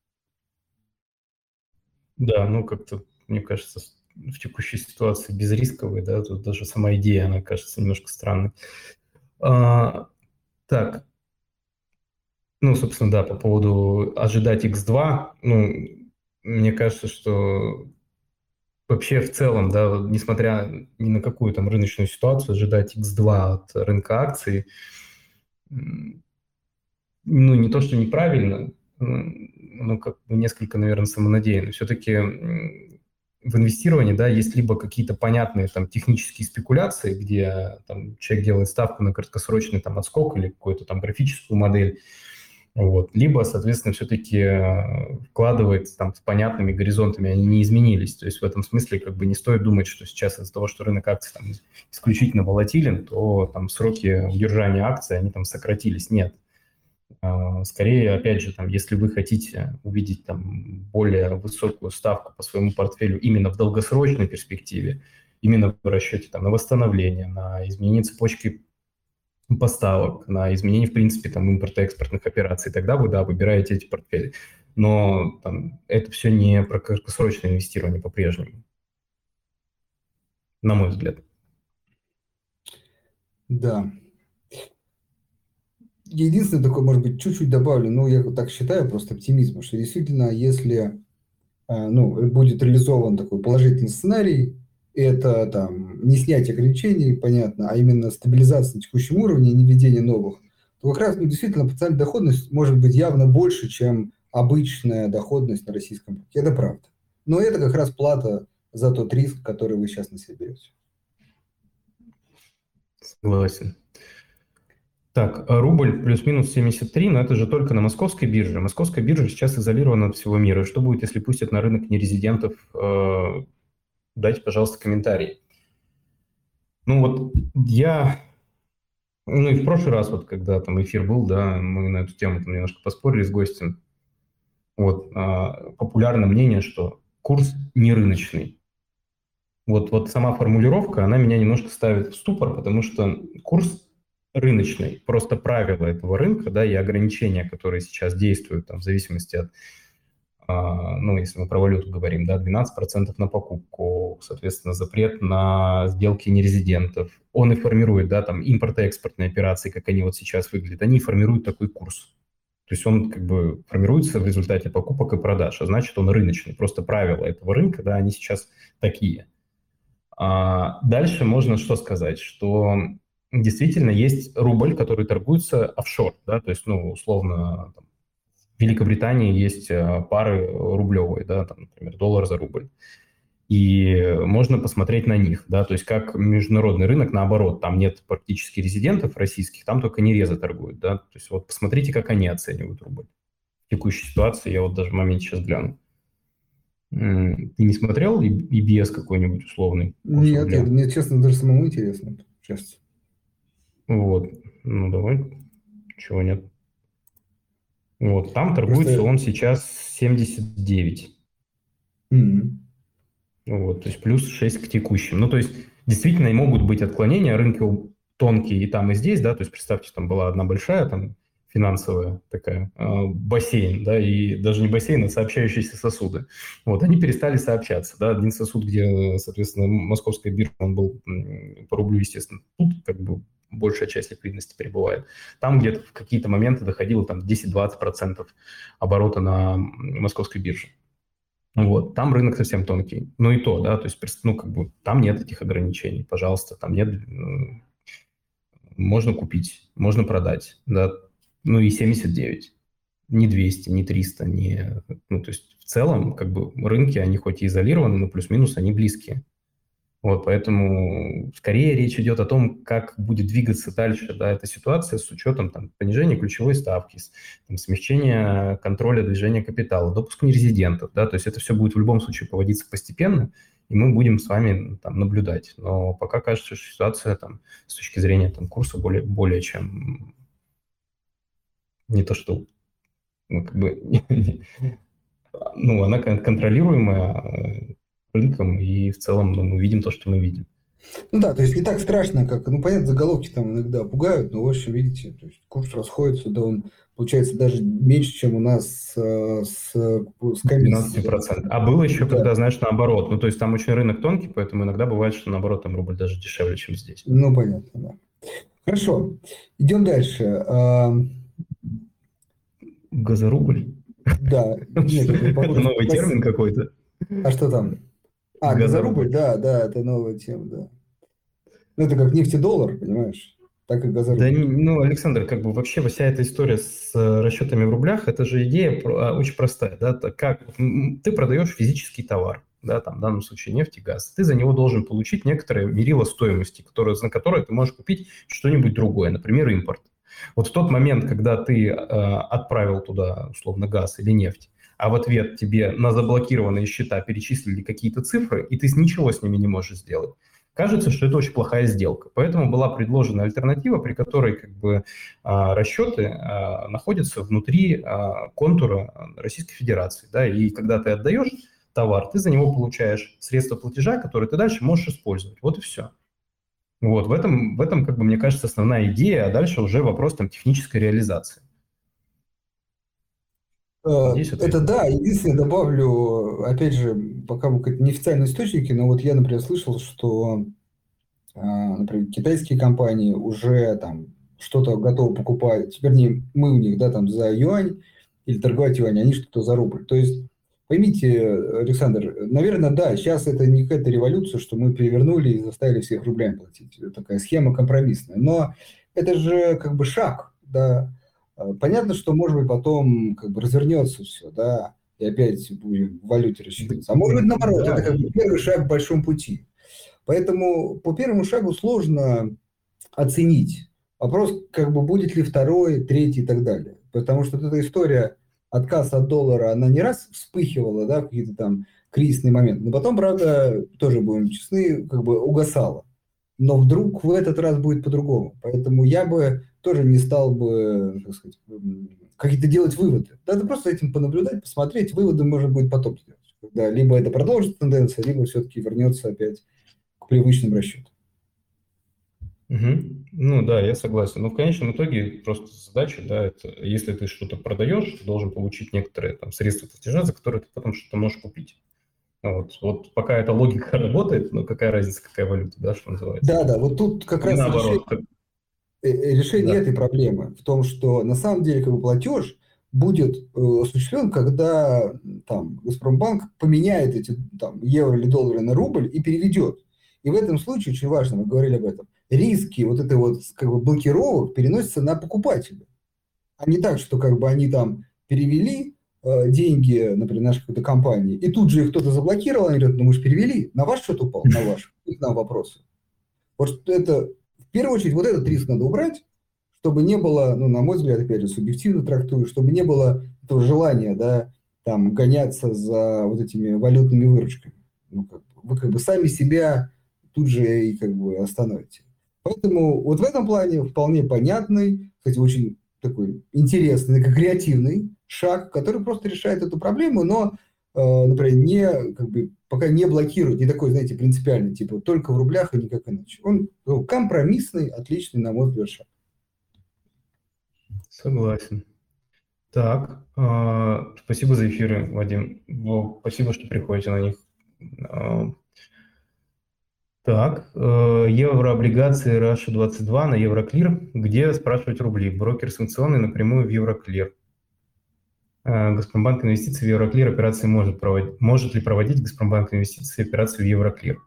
Да, ну как-то, мне кажется, в текущей ситуации безрисковой, да, тут даже сама идея, она кажется немножко странной. Так, ну, собственно, да, по поводу ожидать X2, ну, мне кажется, что вообще в целом, да, несмотря ни на какую там рыночную ситуацию, ожидать X2 от рынка акций, ну, не то, что неправильно, но как бы несколько, наверное, самонадеянно. Все-таки в инвестировании, да, есть либо какие-то понятные там технические спекуляции, где там человек делает ставку на краткосрочный там отскок или какую-то там графическую модель, Вот. Либо, соответственно, все-таки вкладывает там с понятными горизонтами, они не изменились. То есть в этом смысле как бы не стоит думать, что сейчас из-за того, что рынок акций там исключительно волатилен, то там сроки удержания акций, они там сократились. Нет. Скорее, опять же, там, если вы хотите увидеть там более высокую ставку по своему портфелю именно в долгосрочной перспективе, именно в расчете там, на восстановление, на изменение цепочки поставок, на изменение, в принципе, там, импортно-экспортных операций, тогда вы, да, выбираете эти портфели. Но там, это все не про краткосрочное инвестирование по-прежнему, на мой взгляд. Да. Единственное такое, может быть, чуть-чуть добавлю, ну, я так считаю, просто оптимизма, что действительно, если будет реализован такой положительный сценарий, это там не снятие ограничений, понятно, а именно стабилизация на текущем уровне, не введение новых, то как раз действительно потенциальная доходность может быть явно больше, чем обычная доходность на российском рынке. Это правда. Но это как раз плата за тот риск, который вы сейчас на себя берете. Согласен. Так, рубль плюс-минус 73, но это же только на московской бирже. Московская биржа сейчас изолирована от всего мира. Что будет, если пустят на рынок нерезидентов? Дайте, пожалуйста, комментарий. Ну вот я, ну и в прошлый раз, вот когда там эфир был, да, мы на эту тему там немножко поспорили с гостем. Вот популярное мнение, что курс не рыночный. Вот сама формулировка, она меня немножко ставит в ступор, потому что курс рыночный, просто правила этого рынка, да, и ограничения, которые сейчас действуют там, в зависимости от, если мы про валюту говорим, да, 12% на покупку, соответственно, запрет на сделки нерезидентов, он и формирует, да, там, импортно-экспортные операции, как они вот сейчас выглядят, они формируют такой курс. То есть он как бы формируется в результате покупок и продаж, а значит, он рыночный. Просто правила этого рынка, да, они сейчас такие. Дальше можно что сказать, что действительно есть рубль, который торгуется офшор, да, то есть, условно, там, в Великобритании есть пары рублевые, да, там, например, доллар за рубль. И можно посмотреть на них, да, то есть как международный рынок, наоборот, там нет практически резидентов российских, там только нерезы торгуют, да, то есть вот посмотрите, как они оценивают рубль. В текущей ситуации я вот даже в моменте сейчас гляну. Ты не смотрел EBS какой-нибудь условный? Нет, мне, честно, даже самому интересно. Сейчас. Вот, ну давай, чего нет. Вот, там торгуется он сейчас 79. Вот, то есть плюс 6 к текущим. Ну, то есть действительно могут быть отклонения, рынки тонкие и там, и здесь, да, то есть представьте, там была одна большая, там, финансовая такая, бассейн, да, и даже не бассейн, а сообщающиеся сосуды. Вот, они перестали сообщаться, да, один сосуд, где, соответственно, московская биржа, он был по рублю, естественно, тут как бы большая часть ликвидности прибывает. Там где-то в какие-то моменты доходило там 10-20% оборота на московской бирже. Вот, там рынок совсем тонкий. Ну и то, да, то есть, как бы там нет этих ограничений, пожалуйста, там нет, можно купить, можно продать, да, ну и 79, не 200, не 300, то есть в целом, как бы, рынки, они хоть и изолированы, но плюс-минус они близкие. Вот, поэтому скорее речь идет о том, как будет двигаться дальше, да, эта ситуация с учетом там, понижения ключевой ставки, смягчения контроля движения капитала, допуск нерезидентов, да, то есть это все будет в любом случае поводиться постепенно, и мы будем с вами там наблюдать. Но пока кажется, что ситуация там с точки зрения там курса более чем не то, что как бы она контролируемая рынком, и в целом мы видим то, что мы видим. Ну да, то есть не так страшно, как, понятно, заголовки там иногда пугают, но, в общем, видите, то есть курс расходится, да, он получается даже меньше, чем у нас с 12%. А было еще, да. когда, знаешь, наоборот. Ну, то есть там очень рынок тонкий, поэтому иногда бывает, что наоборот, там рубль даже дешевле, чем здесь. Ну, понятно, да. Хорошо, идем дальше. Газорубль? Да. Нет, это новый термин какой-то. А что там? Газорубль, да, это новая тема, да. Ну, это как нефтедоллар, понимаешь? Так и газорубль. Да, Александр, как бы вообще вся эта история с расчетами в рублях, это же идея очень простая, да, как ты продаешь физический товар, да, там в данном случае нефть и газ, ты за него должен получить некоторое мерило стоимости, на которое ты можешь купить что-нибудь другое, например, импорт. Вот в тот момент, когда ты отправил туда, условно, газ или нефть, а в ответ тебе на заблокированные счета перечислили какие-то цифры, и ты ничего с ними не можешь сделать, кажется, что это очень плохая сделка. Поэтому была предложена альтернатива, при которой как бы расчеты находятся внутри контура Российской Федерации. Да, и когда ты отдаешь товар, ты за него получаешь средства платежа, которые ты дальше можешь использовать. Вот и все. Вот в этом, как бы, мне кажется, основная идея, а дальше уже вопрос там технической реализации. Надеюсь, Это ответил. да, единственное добавлю, опять же, пока мы какие-то неофициальные источники, но вот я, например, слышал, что, например, китайские компании уже там что-то готовы покупать, вернее, мы у них, да, там за юань или торговать юань, они что-то за рубль. То есть, поймите, Александр, наверное, да, сейчас это не какая-то революция, что мы перевернули и заставили всех рублями платить. Это такая схема компромиссная. Но это же как бы шаг, да. Понятно, что, может быть, потом как бы развернется все, да, и опять будем в валюте рассчитываться. А может быть, наоборот, это Да. как бы первый шаг в большом пути. Поэтому по первому шагу сложно оценить. Вопрос, как бы, будет ли второй, третий и так далее. Потому что вот эта история отказ от доллара, она не раз вспыхивала, да, в какие-то там кризисные моменты, но потом, правда, тоже будем честны, как бы угасала. Но вдруг в этот раз будет по-другому. Поэтому я бы тоже не стал бы, так сказать, какие-то делать выводы. Надо просто за этим понаблюдать, посмотреть. Выводы можно будет потом сделать. Когда либо это продолжится тенденция, либо все-таки вернется опять к привычным расчетам. Мгм. Ну да, я согласен. Но в конечном итоге просто задача, да, это если ты что-то продаешь, ты должен получить некоторые там средства платежа, за которые ты потом что-то можешь купить. Вот пока эта логика работает, ну какая разница, какая валюта, да, что называется. Да, да, вот тут как И раз наоборот, решение да. этой проблемы в том, что на самом деле как бы платеж будет осуществлен, когда там Газпромбанк поменяет эти там евро или доллары на рубль и переведет. И в этом случае, очень важно, мы говорили об этом, риски вот этой вот как бы блокировок переносятся на покупателя. А не так, что как бы они там перевели деньги, например, нашей какой-то компании, и тут же их кто-то заблокировал, они говорят, ну мы же перевели, на ваш счет упал, на ваш, и к нам вопросы. Вот это, в первую очередь, вот этот риск надо убрать, чтобы не было, ну, на мой взгляд, опять же, субъективно трактую, чтобы не было этого желания, да, там, гоняться за вот этими валютными выручками. Ну, как бы, вы как бы сами себя тут же и как бы остановите. Поэтому вот в этом плане вполне понятный, кстати, очень такой интересный, как креативный шаг, который просто решает эту проблему, но, например, не, как бы, пока не блокирует, не такой, знаете, принципиальный, типа только в рублях и никак иначе. Он компромиссный, отличный, на мой взгляд, шаг. Согласен. Так, спасибо за эфиры, Вадим. Спасибо, что приходите на них. А, Так, еврооблигации Russia 22 на Евроклир. Где спрашивать рубли? Брокер санкционный напрямую в Евроклир. Газпромбанк инвестиции в Евроклир операции может проводить. Может ли проводить Газпромбанк инвестиции операции в Евроклир?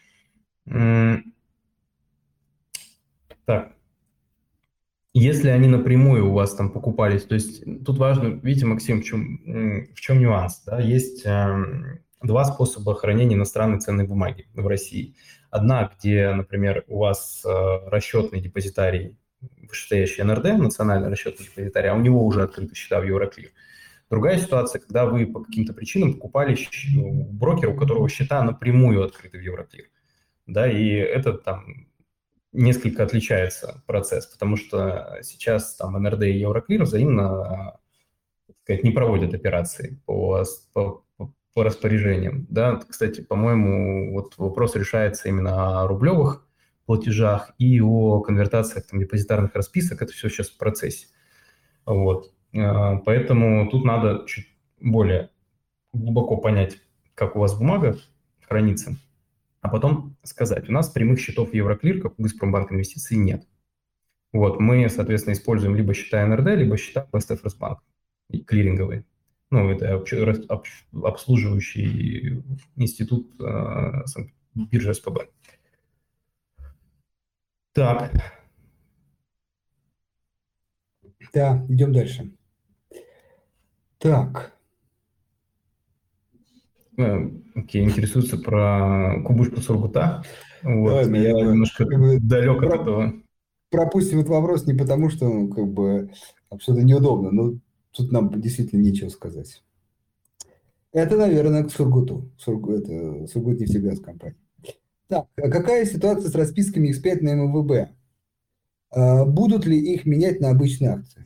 Так, если они напрямую у вас там покупались, то есть тут важно, видите, Максим, в чем нюанс, да, есть два способа хранения иностранной ценной бумаги в России. Одна, где, например, у вас расчетный депозитарий, вышестоящий НРД, национальный расчетный депозитарий, а у него уже открыты счета в Евроклир. Другая ситуация, когда вы по каким-то причинам покупали у брокера, у которого счета напрямую открыты в Евроклир. Да, и это там несколько отличается процесс, потому что сейчас там НРД и Евроклир взаимно, так сказать, не проводят операции по распоряжениям. Да? Кстати, по-моему, вот вопрос решается именно о рублевых платежах и о конвертациях там, депозитарных расписок. Это все сейчас в процессе. Вот. Поэтому тут надо чуть более глубоко понять, как у вас бумага хранится, а потом сказать, у нас прямых счетов в Евроклир, как у Газпромбанк инвестиций, нет. Вот, мы, соответственно, используем либо счета НРД, либо счета ПСТ Фростбанк, клиринговые. Ну, это обслуживающий институт биржи СПБ. Так. Да, идем дальше. Так. Окей, интересуются про кубышку Сургута. Вот, Ладно, я я немножко как бы далек от этого. пропустим этот вопрос не потому, что как бы что-то неудобно, но тут нам действительно нечего сказать. Это, наверное, к Сургуту. Это Сургутнефтегаз компания. Так, а какая ситуация с расписками X5 на МВБ? Будут ли их менять на обычные акции?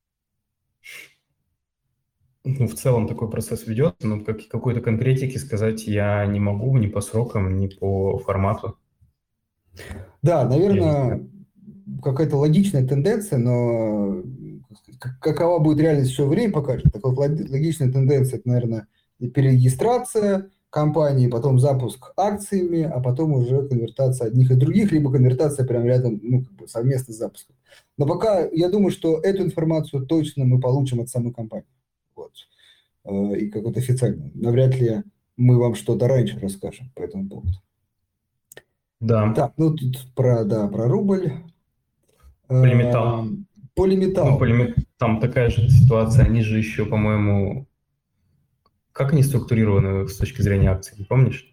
Ну, в целом такой процесс ведется, но какой-то конкретики сказать я не могу ни по срокам, ни по формату. Да, наверное, какая-то логичная тенденция, но какова будет реальность, еще время покажет. Так вот, логичная тенденция – это, наверное, перерегистрация компании, потом запуск акциями, а потом уже конвертация одних и других, либо конвертация прямо рядом, ну, как бы совместно с запуском. Но пока я думаю, что эту информацию точно мы получим от самой компании. Вот. И как-то официально. Навряд ли мы вам что-то раньше расскажем по этому поводу. Да. Так, ну тут про рубль. Полиметалл. Полиметалл. Ну, там такая же ситуация. Они же еще, по-моему, как они структурированы с точки зрения акций, не помнишь?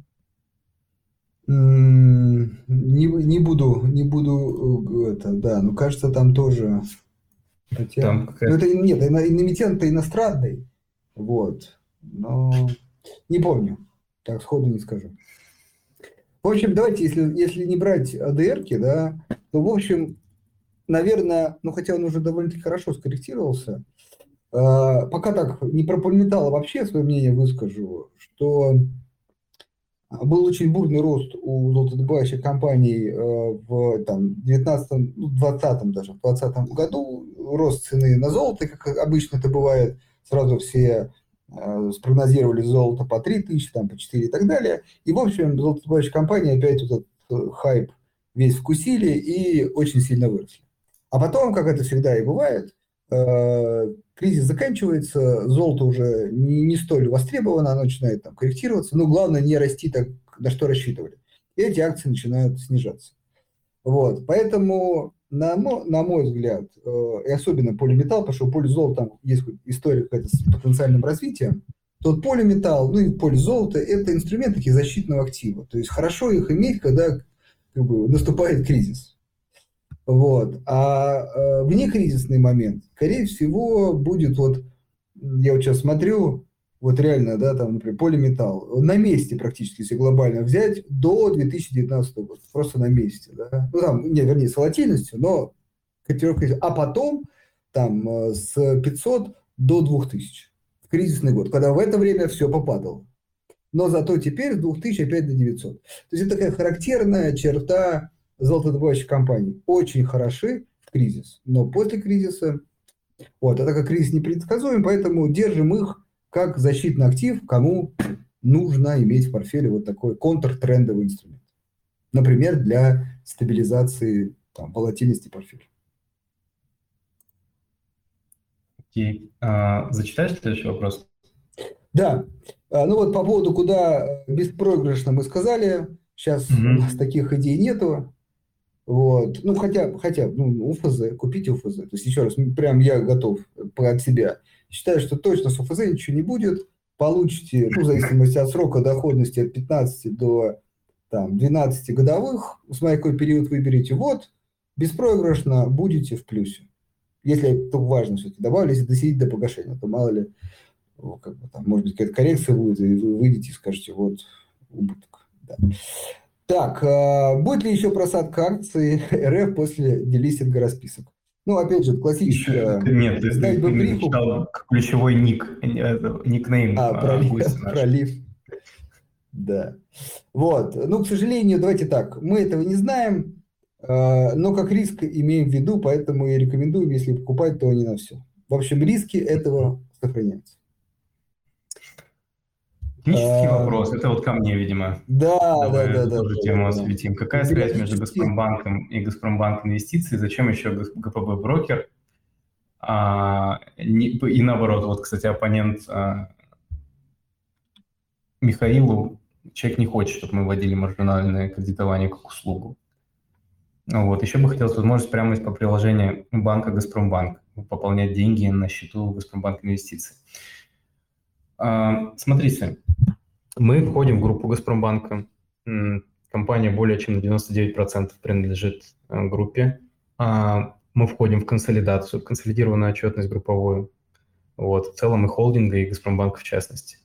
Не буду это, да, но кажется, там тоже. Хотя, Там ну, это нет, эмитент-то иностранный, вот, но не помню, так сходу не скажу. В общем, давайте, если не брать АДРки, да, то, в общем, наверное, ну, хотя он уже довольно-таки хорошо скорректировался, пока так, не про полиметалл, а вообще свое мнение выскажу, что был очень бурный рост у золотодобывающих компаний в 19-м, ну, 20-м даже, в 2020 году. Рост цены на золото, как обычно это бывает, сразу все спрогнозировали золото по 3 тысячи, там, по 4 и так далее. И, в общем, золотодобывающие компании опять этот хайп весь вкусили и очень сильно выросли. А потом, как это всегда и бывает, кризис заканчивается, золото уже не столь востребовано, оно начинает там корректироваться, но главное не расти так, на что рассчитывали. И эти акции начинают снижаться. Вот. Поэтому, на мой взгляд, и особенно полиметалл, потому что у полизолота там есть история какая-то с потенциальным развитием, то полиметалл, ну и полизолото – это инструменты такие защитного актива. То есть хорошо их иметь, когда как бы, наступает кризис. Вот. А в некризисный момент, скорее всего, будет вот, я вот сейчас смотрю, вот реально, да, там, например, полиметалл, на месте практически, если глобально взять, до 2019 года, просто на месте, да. Ну, там, не, вернее, с волатильностью, но котировка, а потом там с 500 до 2000 в кризисный год, когда в это время все попадало. Но зато теперь с 2000 опять до 900. То есть это такая характерная черта золотодобывающих компаний. Очень хороши в кризис, но после кризиса, вот, а так как кризис непредсказуем, поэтому держим их как защитный актив, кому нужно иметь в портфеле вот такой контртрендовый инструмент. Например, для стабилизации там, волатильности портфеля. Окей. Зачитаешь следующий вопрос? Да. Ну вот по поводу, куда беспроигрышно мы сказали, сейчас у нас таких идей нету. Вот. Ну, хотя ну, УФЗ, купите УФЗ. То есть, еще раз, прям я готов от себя. Считаю, что точно с УФЗ ничего не будет. Получите, ну, в зависимости от срока доходности, от 15 до там, 12 годовых. Смотря какой период выберете. Вот, беспроигрышно будете в плюсе. Если это важно все-таки добавили, если досидеть до погашения, то мало ли, как бы, там, может быть, какая-то коррекция будет, и вы выйдете и скажете, вот, убыток. Да. Так, будет ли еще просадка акций РФ после делистинга расписок? Ну, опять же, классическая... Нет, ты читал ключевой никнейм. Пролив. Да. Вот. Ну, к сожалению, давайте так, мы этого не знаем, но как риск имеем в виду, поэтому и рекомендуем, если покупать, то не на все. В общем, риски этого сохраняются. Технический вопрос, это вот ко мне, видимо. Да. Тоже тему осветим. Какая связь между Газпромбанком и Газпромбанк Инвестиции? Зачем еще ГПБ брокер? И наоборот, вот, кстати, оппонент Михаилу, человек не хочет, чтобы мы вводили маржинальное кредитование как услугу. Вот. Еще бы хотелось возможность прямо по приложению банка Газпромбанк пополнять деньги на счету Газпромбанк Инвестиции. Смотрите, мы входим в группу Газпромбанка. Компания более чем на 99% принадлежит группе. Мы входим в консолидацию, в консолидированную отчетность групповую. Вот, в целом и холдинга, и Газпромбанка в частности.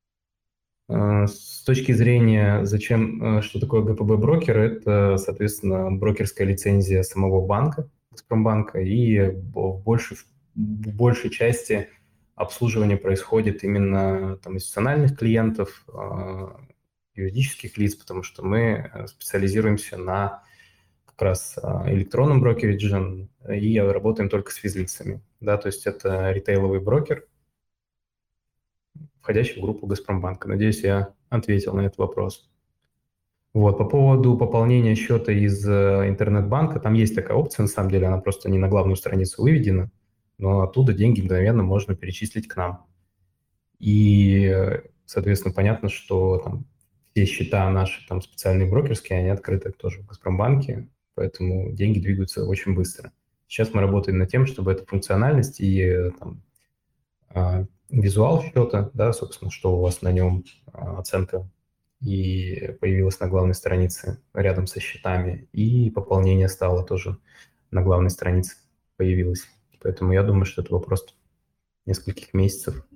С точки зрения, что такое ГПБ-брокер, это, соответственно, брокерская лицензия самого банка, Газпромбанка, и в большей части обслуживание происходит именно там, институциональных клиентов, юридических лиц, потому что мы специализируемся на как раз электронном брокеридже и работаем только с физлицами. Да, то есть это ритейловый брокер, входящий в группу Газпромбанка. Надеюсь, я ответил на этот вопрос. Вот, по поводу пополнения счета из интернет-банка, там есть такая опция, на самом деле, она просто не на главную страницу выведена, но оттуда деньги мгновенно можно перечислить к нам. И, соответственно, понятно, что там все счета наши, там специальные брокерские, они открыты тоже в Газпромбанке, поэтому деньги двигаются очень быстро. Сейчас мы работаем над тем, чтобы эта функциональность и там, визуал счета, да, собственно, что у вас на нем оценка и появилась на главной странице рядом со счетами, и пополнение стало тоже на главной странице появилось. Поэтому я думаю, что это вопрос нескольких месяцев,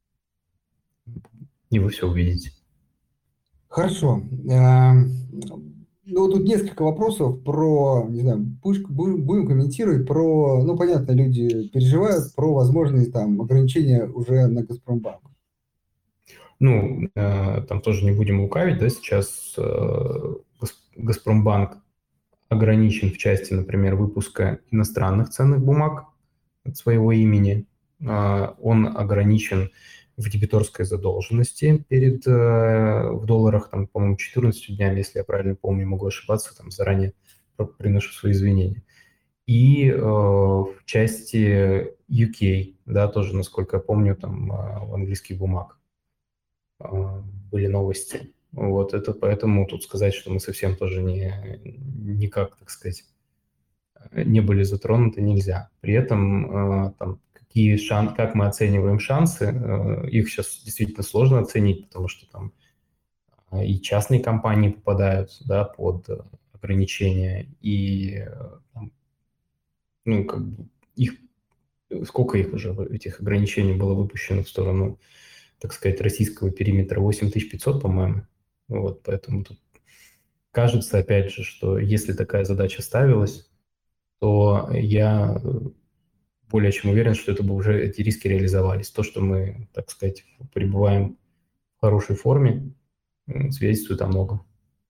и вы все увидите. Хорошо. Ну, тут несколько вопросов про, не знаю, будем комментировать про, ну, понятно, люди переживают про возможные там ограничения уже на Газпромбанк. Ну, там тоже не будем лукавить, да, сейчас Газпромбанк ограничен в части, например, выпуска иностранных ценных бумаг от своего имени. Он ограничен в дебиторской задолженности в долларах, там, по-моему, 14 днями, если я правильно помню, могу ошибаться, там заранее приношу свои извинения. И в части UK, да, тоже, насколько я помню, там в английских бумаг были новости. Вот это поэтому тут сказать, что мы совсем тоже никак, так сказать, не были затронуты, нельзя. При этом там, как мы оцениваем шансы, их сейчас действительно сложно оценить, потому что там и частные компании попадают, да, под ограничения, и ну, как бы сколько их уже, этих ограничений было выпущено в сторону, так сказать, российского периметра, 8500, по-моему. Вот, поэтому тут кажется, опять же, что если такая задача ставилась, то я более чем уверен, что это бы уже эти риски реализовались. То, что мы, так сказать, пребываем в хорошей форме, свидетельствует о многом.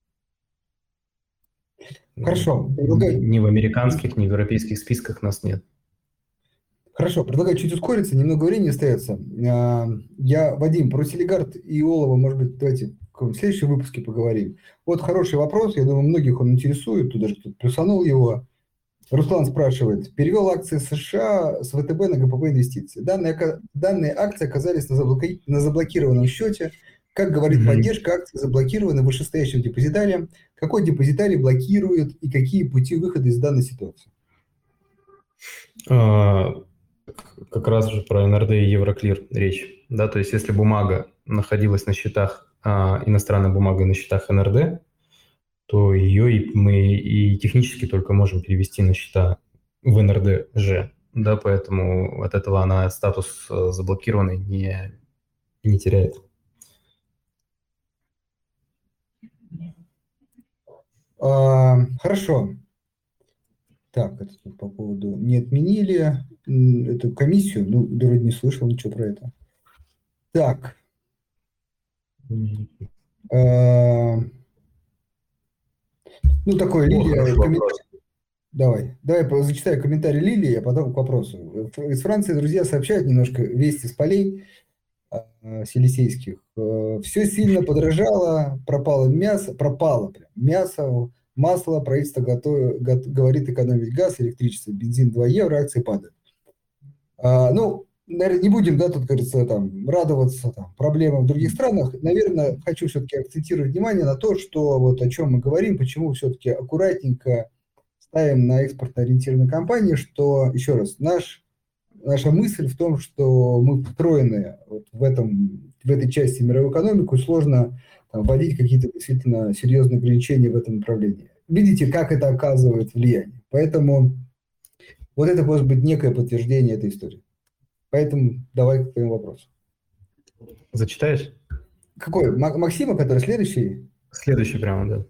Хорошо. Ни в американских, ни в европейских списках нас нет. Хорошо, предлагаю чуть ускориться, немного времени остается. Вадим, про Селигард и Олова, может быть, давайте в следующем выпуске поговорим. Вот хороший вопрос, я думаю, многих он интересует, тут даже кто-то плюсанул его. Руслан спрашивает, перевел акции США с ВТБ на ГПБ инвестиции. Данные акции оказались на заблокированном счете. Как говорит поддержка, акции заблокированы вышестоящим депозитарием. Какой депозитарий блокирует и какие пути выхода из данной ситуации? Как раз же про НРД и Евроклир речь. Да, то есть если бумага находилась на счетах, иностранная бумага на счетах НРД, то ее мы и технически только можем перевести на счета в НРД-Ж. Да, поэтому от этого она статус заблокированный не теряет. Хорошо. Так, это по поводу не отменили эту комиссию. Ну, вроде не слышал ничего про это. Так. Ну, такой Лилия. Давай зачитаю комментарий Лилии, а потом к вопросу. Из Франции друзья сообщают немножко вести с полей силисейских. Все сильно подорожало, пропало прям мясо, масло, правительство говорит экономить газ, электричество, бензин 2 евро, акции падают. Ну, наверное, не будем, да, тут, кажется, там, радоваться там, проблемам в других странах. Наверное, хочу все-таки акцентировать внимание на то, что вот о чем мы говорим, почему все-таки аккуратненько ставим на экспортно-ориентированные компании, что, еще раз, наша мысль в том, что мы встроены вот в этой части мировой экономики, сложно там, вводить какие-то действительно серьезные ограничения в этом направлении. Видите, как это оказывает влияние. Поэтому Вот это может быть некое подтверждение этой истории. Поэтому давай к твоему вопросу. Зачитаешь? Какой? Максима, который следующий? Следующий прямо, да.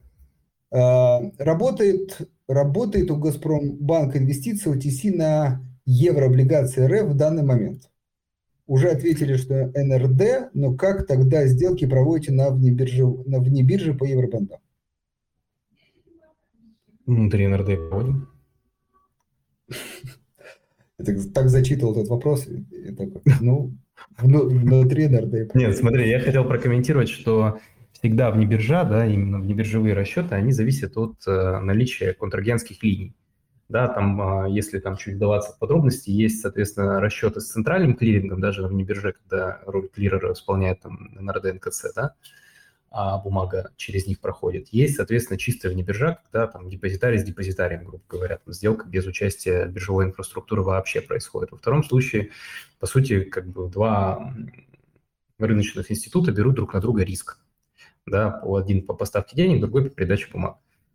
Работает у Газпромбанк инвестиции OTC на еврооблигации РФ в данный момент. Уже ответили, что НРД, но как тогда сделки проводите на внебирже по евробандам? Внутри НРД проводим. Я так зачитывал этот вопрос. И такой, внутри НРД. Нет, смотри, я хотел прокомментировать, что всегда внебиржа, да, именно внебиржевые расчеты, они зависят от наличия контрагентских линий. Да, там, если там чуть вдаваться в подробности, есть, соответственно, расчеты с центральным клирингом, даже на внебирже, когда роль клирера исполняет там НРД, НКЦ, да, а бумага через них проходит. Есть, соответственно, чистая внебиржа, когда там депозитарий с депозитарием, грубо говоря, там сделка без участия биржевой инфраструктуры вообще происходит. Во втором случае, по сути, как бы два рыночных института берут друг на друга риск. Да, один по поставке денег, другой по передаче бумаг.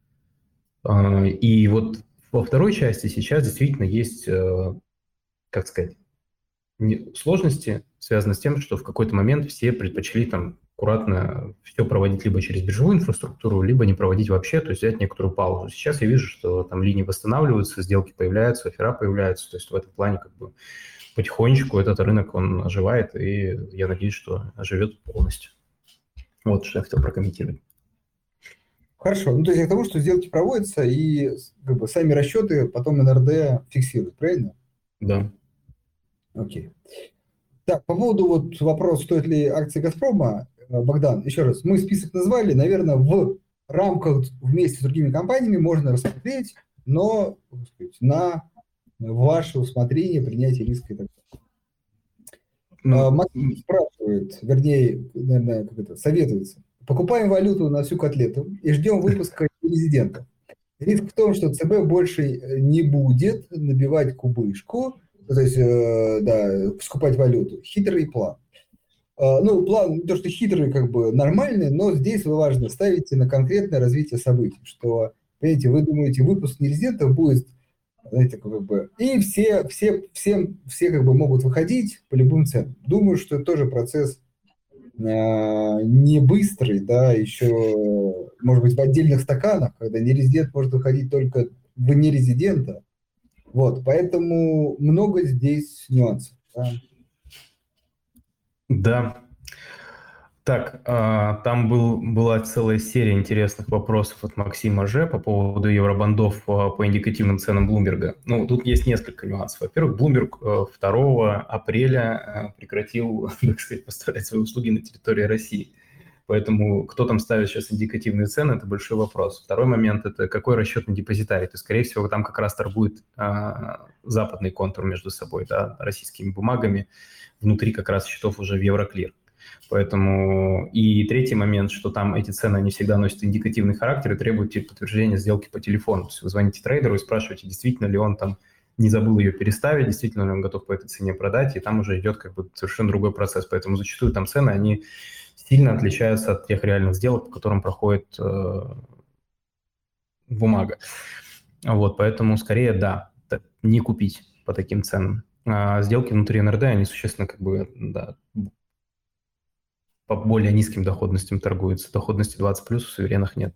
И вот во второй части сейчас действительно есть, как сказать, сложности, связанные с тем, что в какой-то момент все предпочли там аккуратно все проводить либо через биржевую инфраструктуру, либо не проводить вообще, то есть взять некоторую паузу. Сейчас я вижу, что там линии восстанавливаются, сделки появляются, оффера появляются, то есть в этом плане как бы потихонечку этот рынок, он оживает, и я надеюсь, что оживет полностью. Вот что я хотел прокомментировать. Хорошо. То есть к тому, что сделки проводятся, и как бы сами расчеты потом НРД фиксируют, правильно? Да. Окей. Так, по поводу вот вопроса, стоит ли акции «Газпрома», Богдан, еще раз, мы список назвали, наверное, в рамках вместе с другими компаниями можно рассмотреть, но, так сказать, на ваше усмотрение, принятие риска и так далее. Максим спрашивает, вернее, наверное, советуется. Покупаем валюту на всю котлету и ждем выпуска резидента. Риск в том, что ЦБ больше не будет набивать кубышку, то есть, да, скупать валюту. Хитрый план. План, то, что хитрый, как бы нормальный, но здесь важно ставите на конкретное развитие событий, что, понимаете, вы думаете, выпуск нерезидентов будет, знаете, как бы, и все как бы могут выходить по любым ценам. Думаю, что это тоже процесс не быстрый, да, еще, может быть, в отдельных стаканах, когда нерезидент может выходить только в нерезидента. Вот, поэтому много здесь нюансов. Да. Да. Так, там была целая серия интересных вопросов от Максима Ж. по поводу евробандов по индикативным ценам Блумберга. Ну, тут есть несколько нюансов. Во-первых, Блумберг 2 апреля прекратил, так сказать, поставлять свои услуги на территории России. Поэтому кто там ставит сейчас индикативные цены, это большой вопрос. Второй момент – это какой расчетный депозитарий. То есть, скорее всего, там как раз торгует западный контур между собой, да, российскими бумагами, внутри как раз счетов уже в Евроклир. Поэтому и третий момент, что там эти цены не всегда носят индикативный характер и требуют подтверждения сделки по телефону. То есть вы звоните трейдеру и спрашиваете, действительно ли он там не забыл ее переставить, действительно ли он готов по этой цене продать, и там уже идет как бы совершенно другой процесс. Поэтому зачастую там цены, они сильно отличаются от тех реальных сделок, по которым проходит бумага. Вот, поэтому скорее, да, не купить по таким ценам. А сделки внутри НРД, они существенно как бы, да, по более низким доходностям торгуются. Доходности 20+, у суверенных нет.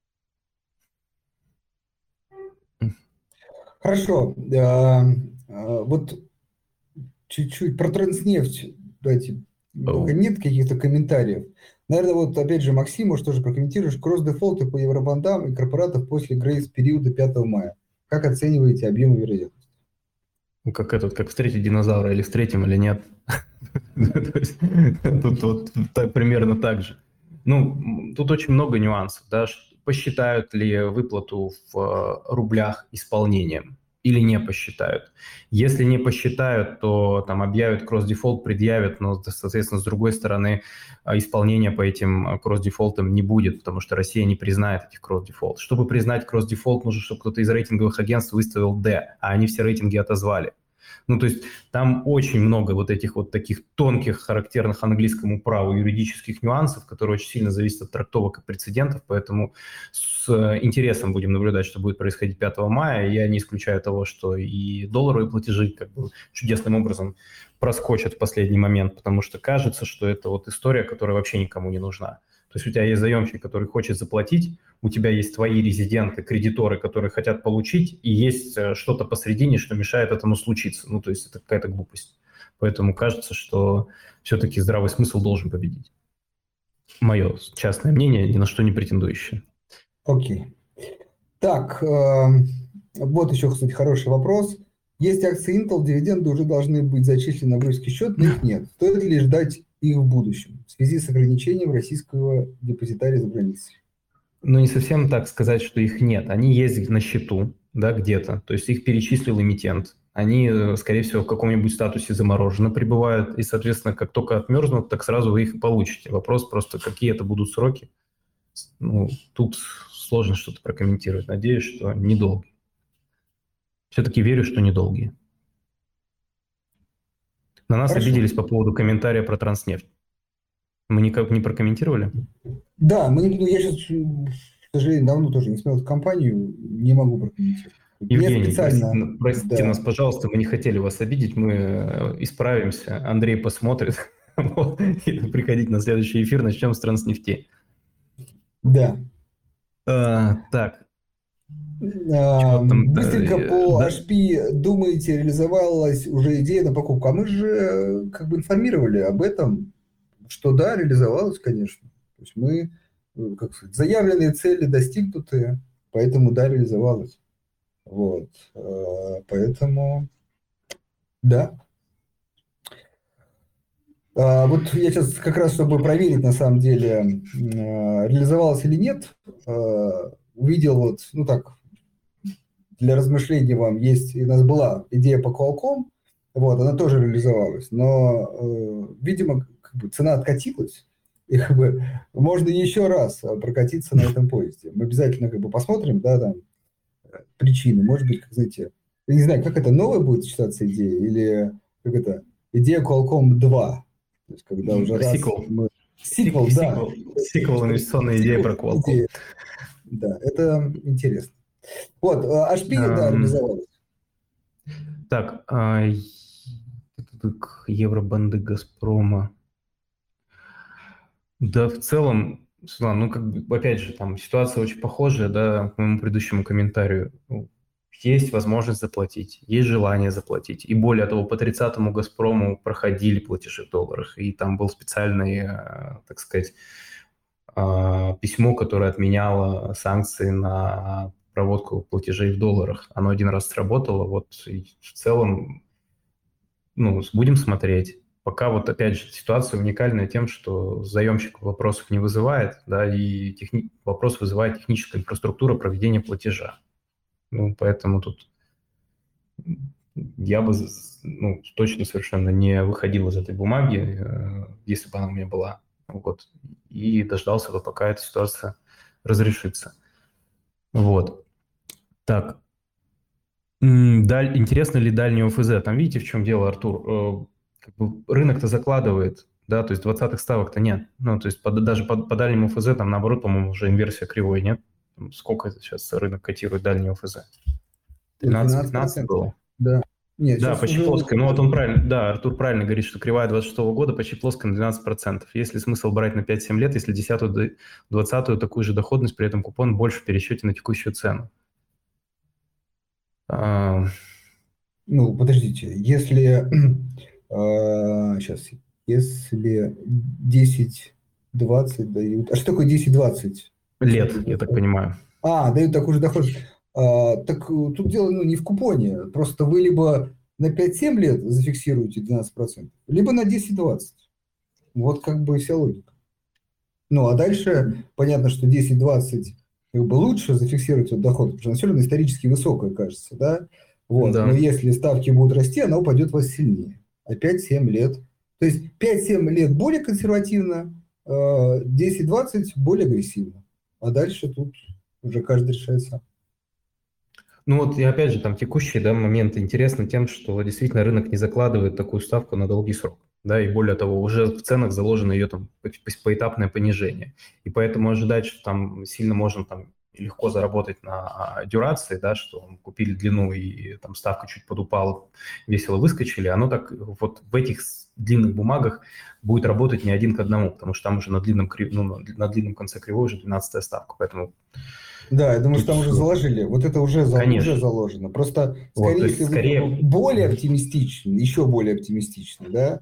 Хорошо. Вот чуть-чуть про Транснефть, давайте, нет каких-то комментариев. Наверное, вот опять же, Максим, может, тоже прокомментируешь кросс-дефолты по евробандам и корпоратов после грейс-периода 5 мая. Как оцениваете объемы вероятности? Как встретить динозавра, или встретим, или нет. Тут вот примерно так же. Ну, тут очень много нюансов. Да? Посчитают ли выплату в рублях исполнением или не посчитают. Если не посчитают, то там объявят кросс-дефолт, предъявят, но, соответственно, с другой стороны, исполнения по этим кросс-дефолтам не будет, потому что Россия не признает этих кросс-дефолт. Чтобы признать кросс-дефолт, нужно, чтобы кто-то из рейтинговых агентств выставил D, а они все рейтинги отозвали. Ну, то есть там очень много вот этих вот таких тонких, характерных английскому праву юридических нюансов, которые очень сильно зависят от трактовок и прецедентов, поэтому с интересом будем наблюдать, что будет происходить 5 мая. Я не исключаю того, что и долларовые платежи как бы чудесным образом проскочат в последний момент, потому что кажется, что это вот история, которая вообще никому не нужна. То есть у тебя есть заемщик, который хочет заплатить, у тебя есть твои резиденты, кредиторы, которые хотят получить, и есть что-то посредине, что мешает этому случиться. Ну, то есть это какая-то глупость. Поэтому кажется, что все-таки здравый смысл должен победить. Мое частное мнение, ни на что не претендующее. Окей. Так, вот еще, кстати, хороший вопрос. Есть акции Intel, дивиденды уже должны быть зачислены на брокерский счет, но их нет. Стоит ли ждать их в будущем в связи с ограничением российского депозитария за границей? Ну, не совсем так сказать, что их нет. Они есть на счету, да, где-то. То есть их перечислил эмитент. Они, скорее всего, в каком-нибудь статусе замороженно пребывают. И, соответственно, как только отмерзнут, так сразу вы их получите. Вопрос просто, какие это будут сроки. Ну, тут сложно что-то прокомментировать. Надеюсь, что недолгие. Все-таки верю, что недолгие. На нас Хорошо. обиделись по поводу комментария про Транснефть. Мы никак не прокомментировали? Да, я сейчас, к сожалению, давно тоже не смотрел эту компанию, не могу прокомментировать. Евгений, специально, простите да. нас, пожалуйста, мы не хотели вас обидеть, мы исправимся, Андрей посмотрит, вот, и приходите на следующий эфир, начнем с Транснефти. Да. Так. Там, Быстренько по да. HP, думаете, реализовалась уже идея на покупку? А мы же как бы информировали об этом, что да, реализовалась, конечно. То есть мы, как сказать, заявленные цели достигнуты, поэтому да, реализовалась. Вот. Поэтому да. Вот я сейчас как раз, чтобы проверить, на самом деле, реализовалось или нет, увидел вот, ну так, для размышлений вам есть, у нас была идея по Qualcomm, вот, она тоже реализовалась, но, видимо, как бы цена откатилась, и как бы можно еще раз прокатиться на этом поезде. Мы обязательно как бы посмотрим, да, там, причины. Может быть, как, знаете, я не знаю, как это, новая будет считаться идея, или как это, идея Qualcomm 2, то есть когда уже раз Сиквел. мы... Сиквел, да. Сиквел, инвестиционная идея про Qualcomm. Да, это интересно. Вот, HP, да, реализовалась. Так, евробанды Газпрома. Да, в целом, Светлана, ну, как бы, опять же, там ситуация очень похожая, да, к моему предыдущему комментарию. Ну, есть возможность заплатить, есть желание заплатить. И более того, по 30-му «Газпрому» проходили платежи в долларах, и там был специальный, так сказать, письмо, которое отменяло санкции на проводку платежей в долларах. Оно один раз сработало, вот, и в целом, ну, будем смотреть. Пока вот опять же ситуация уникальная тем, что заемщик вопросов не вызывает, да, и вопрос вызывает техническая инфраструктура проведения платежа. Ну, поэтому тут я бы, ну, точно совершенно не выходил из этой бумаги, если бы она у меня была, вот, и дождался бы, пока эта ситуация разрешится. Вот. Так. Интересно ли дальний ОФЗ? Там видите, в чем дело, Артур? Как бы рынок-то закладывает, да, то есть 20-х ставок-то нет. Ну, то есть даже по дальнему ОФЗ там, наоборот, по-моему, уже инверсия кривой, нет? Сколько это сейчас рынок котирует дальний ОФЗ? 13-15 было? Да. Нет, да, почти плоская. Ну вот он правильно, да, Артур правильно говорит, что кривая 26-го года почти плоская на 12%. Есть ли смысл брать на 5-7 лет, если 10-ю, 20-ю такую же доходность, при этом купон больше в пересчете на текущую цену? Ну, подождите, если сейчас, если 10-20 дают... А что такое 10-20? Лет, я так понимаю. Дают такой же доход. Так тут дело не в купоне. Просто вы либо на 5-7 лет зафиксируете 12%, либо на 10-20. Вот как бы вся логика. Ну, а дальше понятно, что 10-20 как бы лучше зафиксировать этот доход, потому что она все равно исторически высокая, кажется, да? Вот. Да. Но если ставки будут расти, она упадет у вас сильнее. А 5-7 лет. То есть 5-7 лет более консервативно, 10-20 более агрессивно. А дальше тут уже каждый решает сам. Ну вот и опять же, там текущий, да, момент интересный тем, что действительно рынок не закладывает такую ставку на долгий срок. Да, и более того, уже в ценах заложено ее там поэтапное понижение. И поэтому ожидать, что там сильно можно там легко заработать на дюрации, да, что купили длину и там ставка чуть подупала, весело выскочили, оно так вот в этих длинных бумагах будет работать не один к одному, потому что там уже на длинном, на длинном конце кривой уже 12-я ставка, поэтому Да, я думаю, тут, что там уже заложили. Вот это уже конечно, заложено. Просто вот, скорее, то если есть вы как бы скорее, более оптимистичны, еще более оптимистичны, да,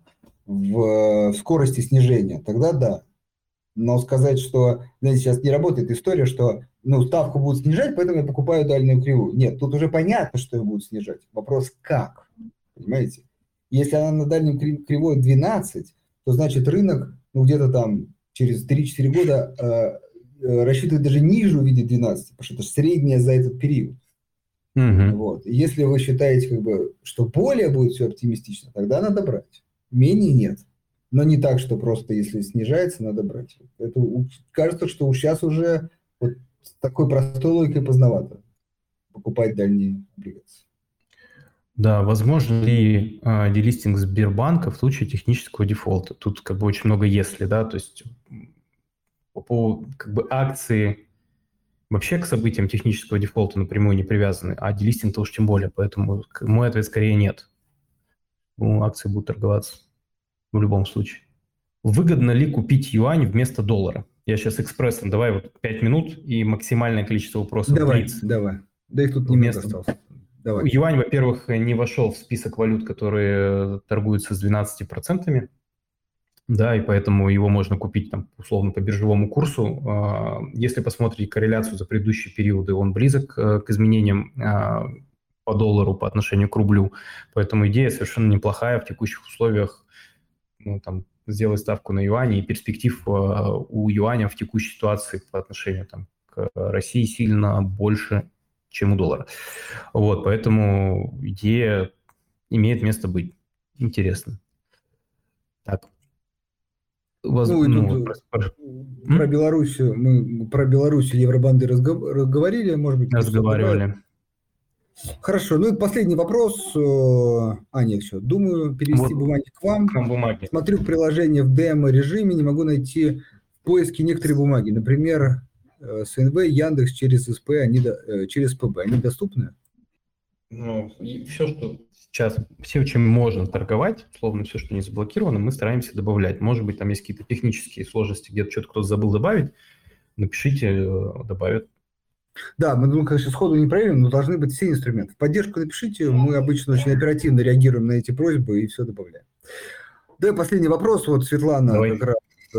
в скорости снижения, тогда да. Но сказать, что, знаете, сейчас не работает история, что, ну, ставку будут снижать, поэтому я покупаю дальнюю кривую. Нет, тут уже понятно, что ее будут снижать. Вопрос как, понимаете? Если она на дальнем кривой 12, то значит рынок, ну, где-то там через 3-4 года рассчитывает даже ниже увидеть 12, потому что это средняя за этот период. Мгм. Вот. И если вы считаете, как бы, что более будет все оптимистично, тогда надо брать. Менее нет. Но не так, что просто если снижается, надо брать. Это кажется, что сейчас уже вот с такой простой логикой поздновато покупать дальние облигации. Да, возможно ли делистинг Сбербанка в случае технического дефолта? Тут как бы очень много «если», да, то есть по поводу как бы акции вообще к событиям технического дефолта напрямую не привязаны, а делистинг-то уж тем более, поэтому мой ответ скорее нет. Ну, акции будут торговаться в любом случае. Выгодно ли купить юань вместо доллара? Я сейчас экспрессом, давай вот 5 минут и максимальное количество вопросов Давай, блиц. давай. Да их тут немного Вместо осталось. Давай. Юань, во-первых, не вошел в список валют, которые торгуются с 12%, да, и поэтому его можно купить там условно по биржевому курсу. Если посмотреть корреляцию за предыдущие периоды, он близок к изменениям по доллару по отношению к рублю, поэтому идея совершенно неплохая в текущих условиях, ну, там, сделать ставку на юань, и перспектив у юаня в текущей ситуации по отношению там, к России сильно больше, чем у доллара. Вот, поэтому идея имеет место быть. Интересно. Так. Ну и Ну, тут вот про Белоруссию, мы про Белоруссию Евробанды разговаривали, может быть, кто-то что-то добавит. разговаривали. Хорошо, ну и последний вопрос. Нет, все. Думаю, перевести Вот бумаги к вам. к нам бумаги. Смотрю приложение в демо-режиме, не могу найти в поиске некоторые бумаги. Например, СНВ, Яндекс через СП, через ПБ. Они доступны? Ну, и все, что сейчас, все, чем можно торговать, условно, все, что не заблокировано, мы стараемся добавлять. Может быть, там есть какие-то технические сложности, где-то что-то кто-то забыл добавить, напишите, добавят. Да, мы, думаю, конечно, сходу не проверим, но должны быть все инструменты. В поддержку напишите, мы обычно очень оперативно реагируем на эти просьбы и все добавляем. Да, последний вопрос. Вот Светлана Давай. как раз.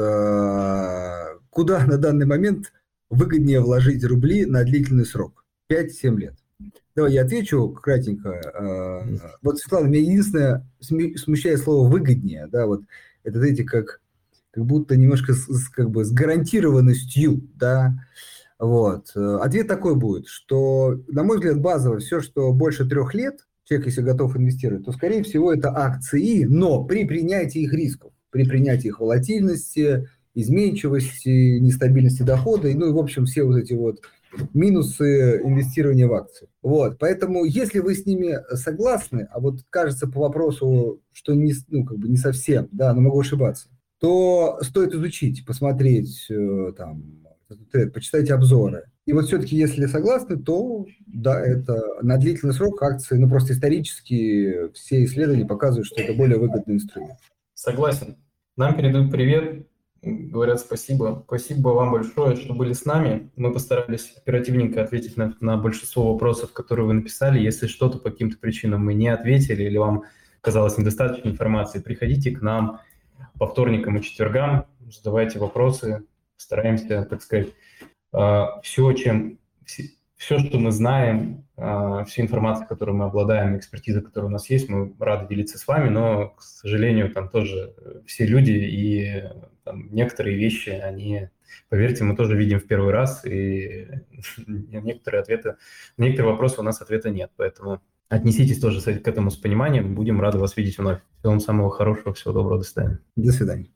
Куда на данный момент выгоднее вложить рубли на длительный срок? 5-7 лет. Давай я отвечу кратенько. Вот, Светлана, меня единственное смущает слово «выгоднее». Да, вот это, знаете, как будто немножко как бы с гарантированностью, да. Вот. Ответ такой будет, что, на мой взгляд, базово все, что больше 3 лет, человек, если готов инвестировать, то, скорее всего, это акции, но при принятии их рисков, при принятии их волатильности, изменчивости, нестабильности дохода, ну и, в общем, все вот эти вот минусы инвестирования в акции. Вот. Поэтому, если вы с ними согласны, а вот кажется по вопросу, что не, ну, как бы не совсем, да, но могу ошибаться, то стоит изучить, посмотреть там, почитайте обзоры. И вот все-таки, если согласны, то да, это на длительный срок акции, ну просто исторически все исследования показывают, что это более выгодный инструмент. Согласен. Нам передают привет, говорят спасибо. Спасибо вам большое, что были с нами. Мы постарались оперативненько ответить на большинство вопросов, которые вы написали. Если что-то по каким-то причинам мы не ответили или вам казалось недостаточно информации, приходите к нам по вторникам и четвергам, задавайте вопросы, стараемся, так сказать, все, что мы знаем, всю информацию, которую мы обладаем, экспертиза, которая у нас есть, мы рады делиться с вами, но, к сожалению, там тоже все люди, и там, некоторые вещи, они, поверьте, мы тоже видим в первый раз, и некоторые вопросы у нас ответа нет, поэтому отнеситесь тоже к этому с пониманием, будем рады вас видеть вновь. Всего вам самого хорошего, всего доброго, до свидания. До свидания.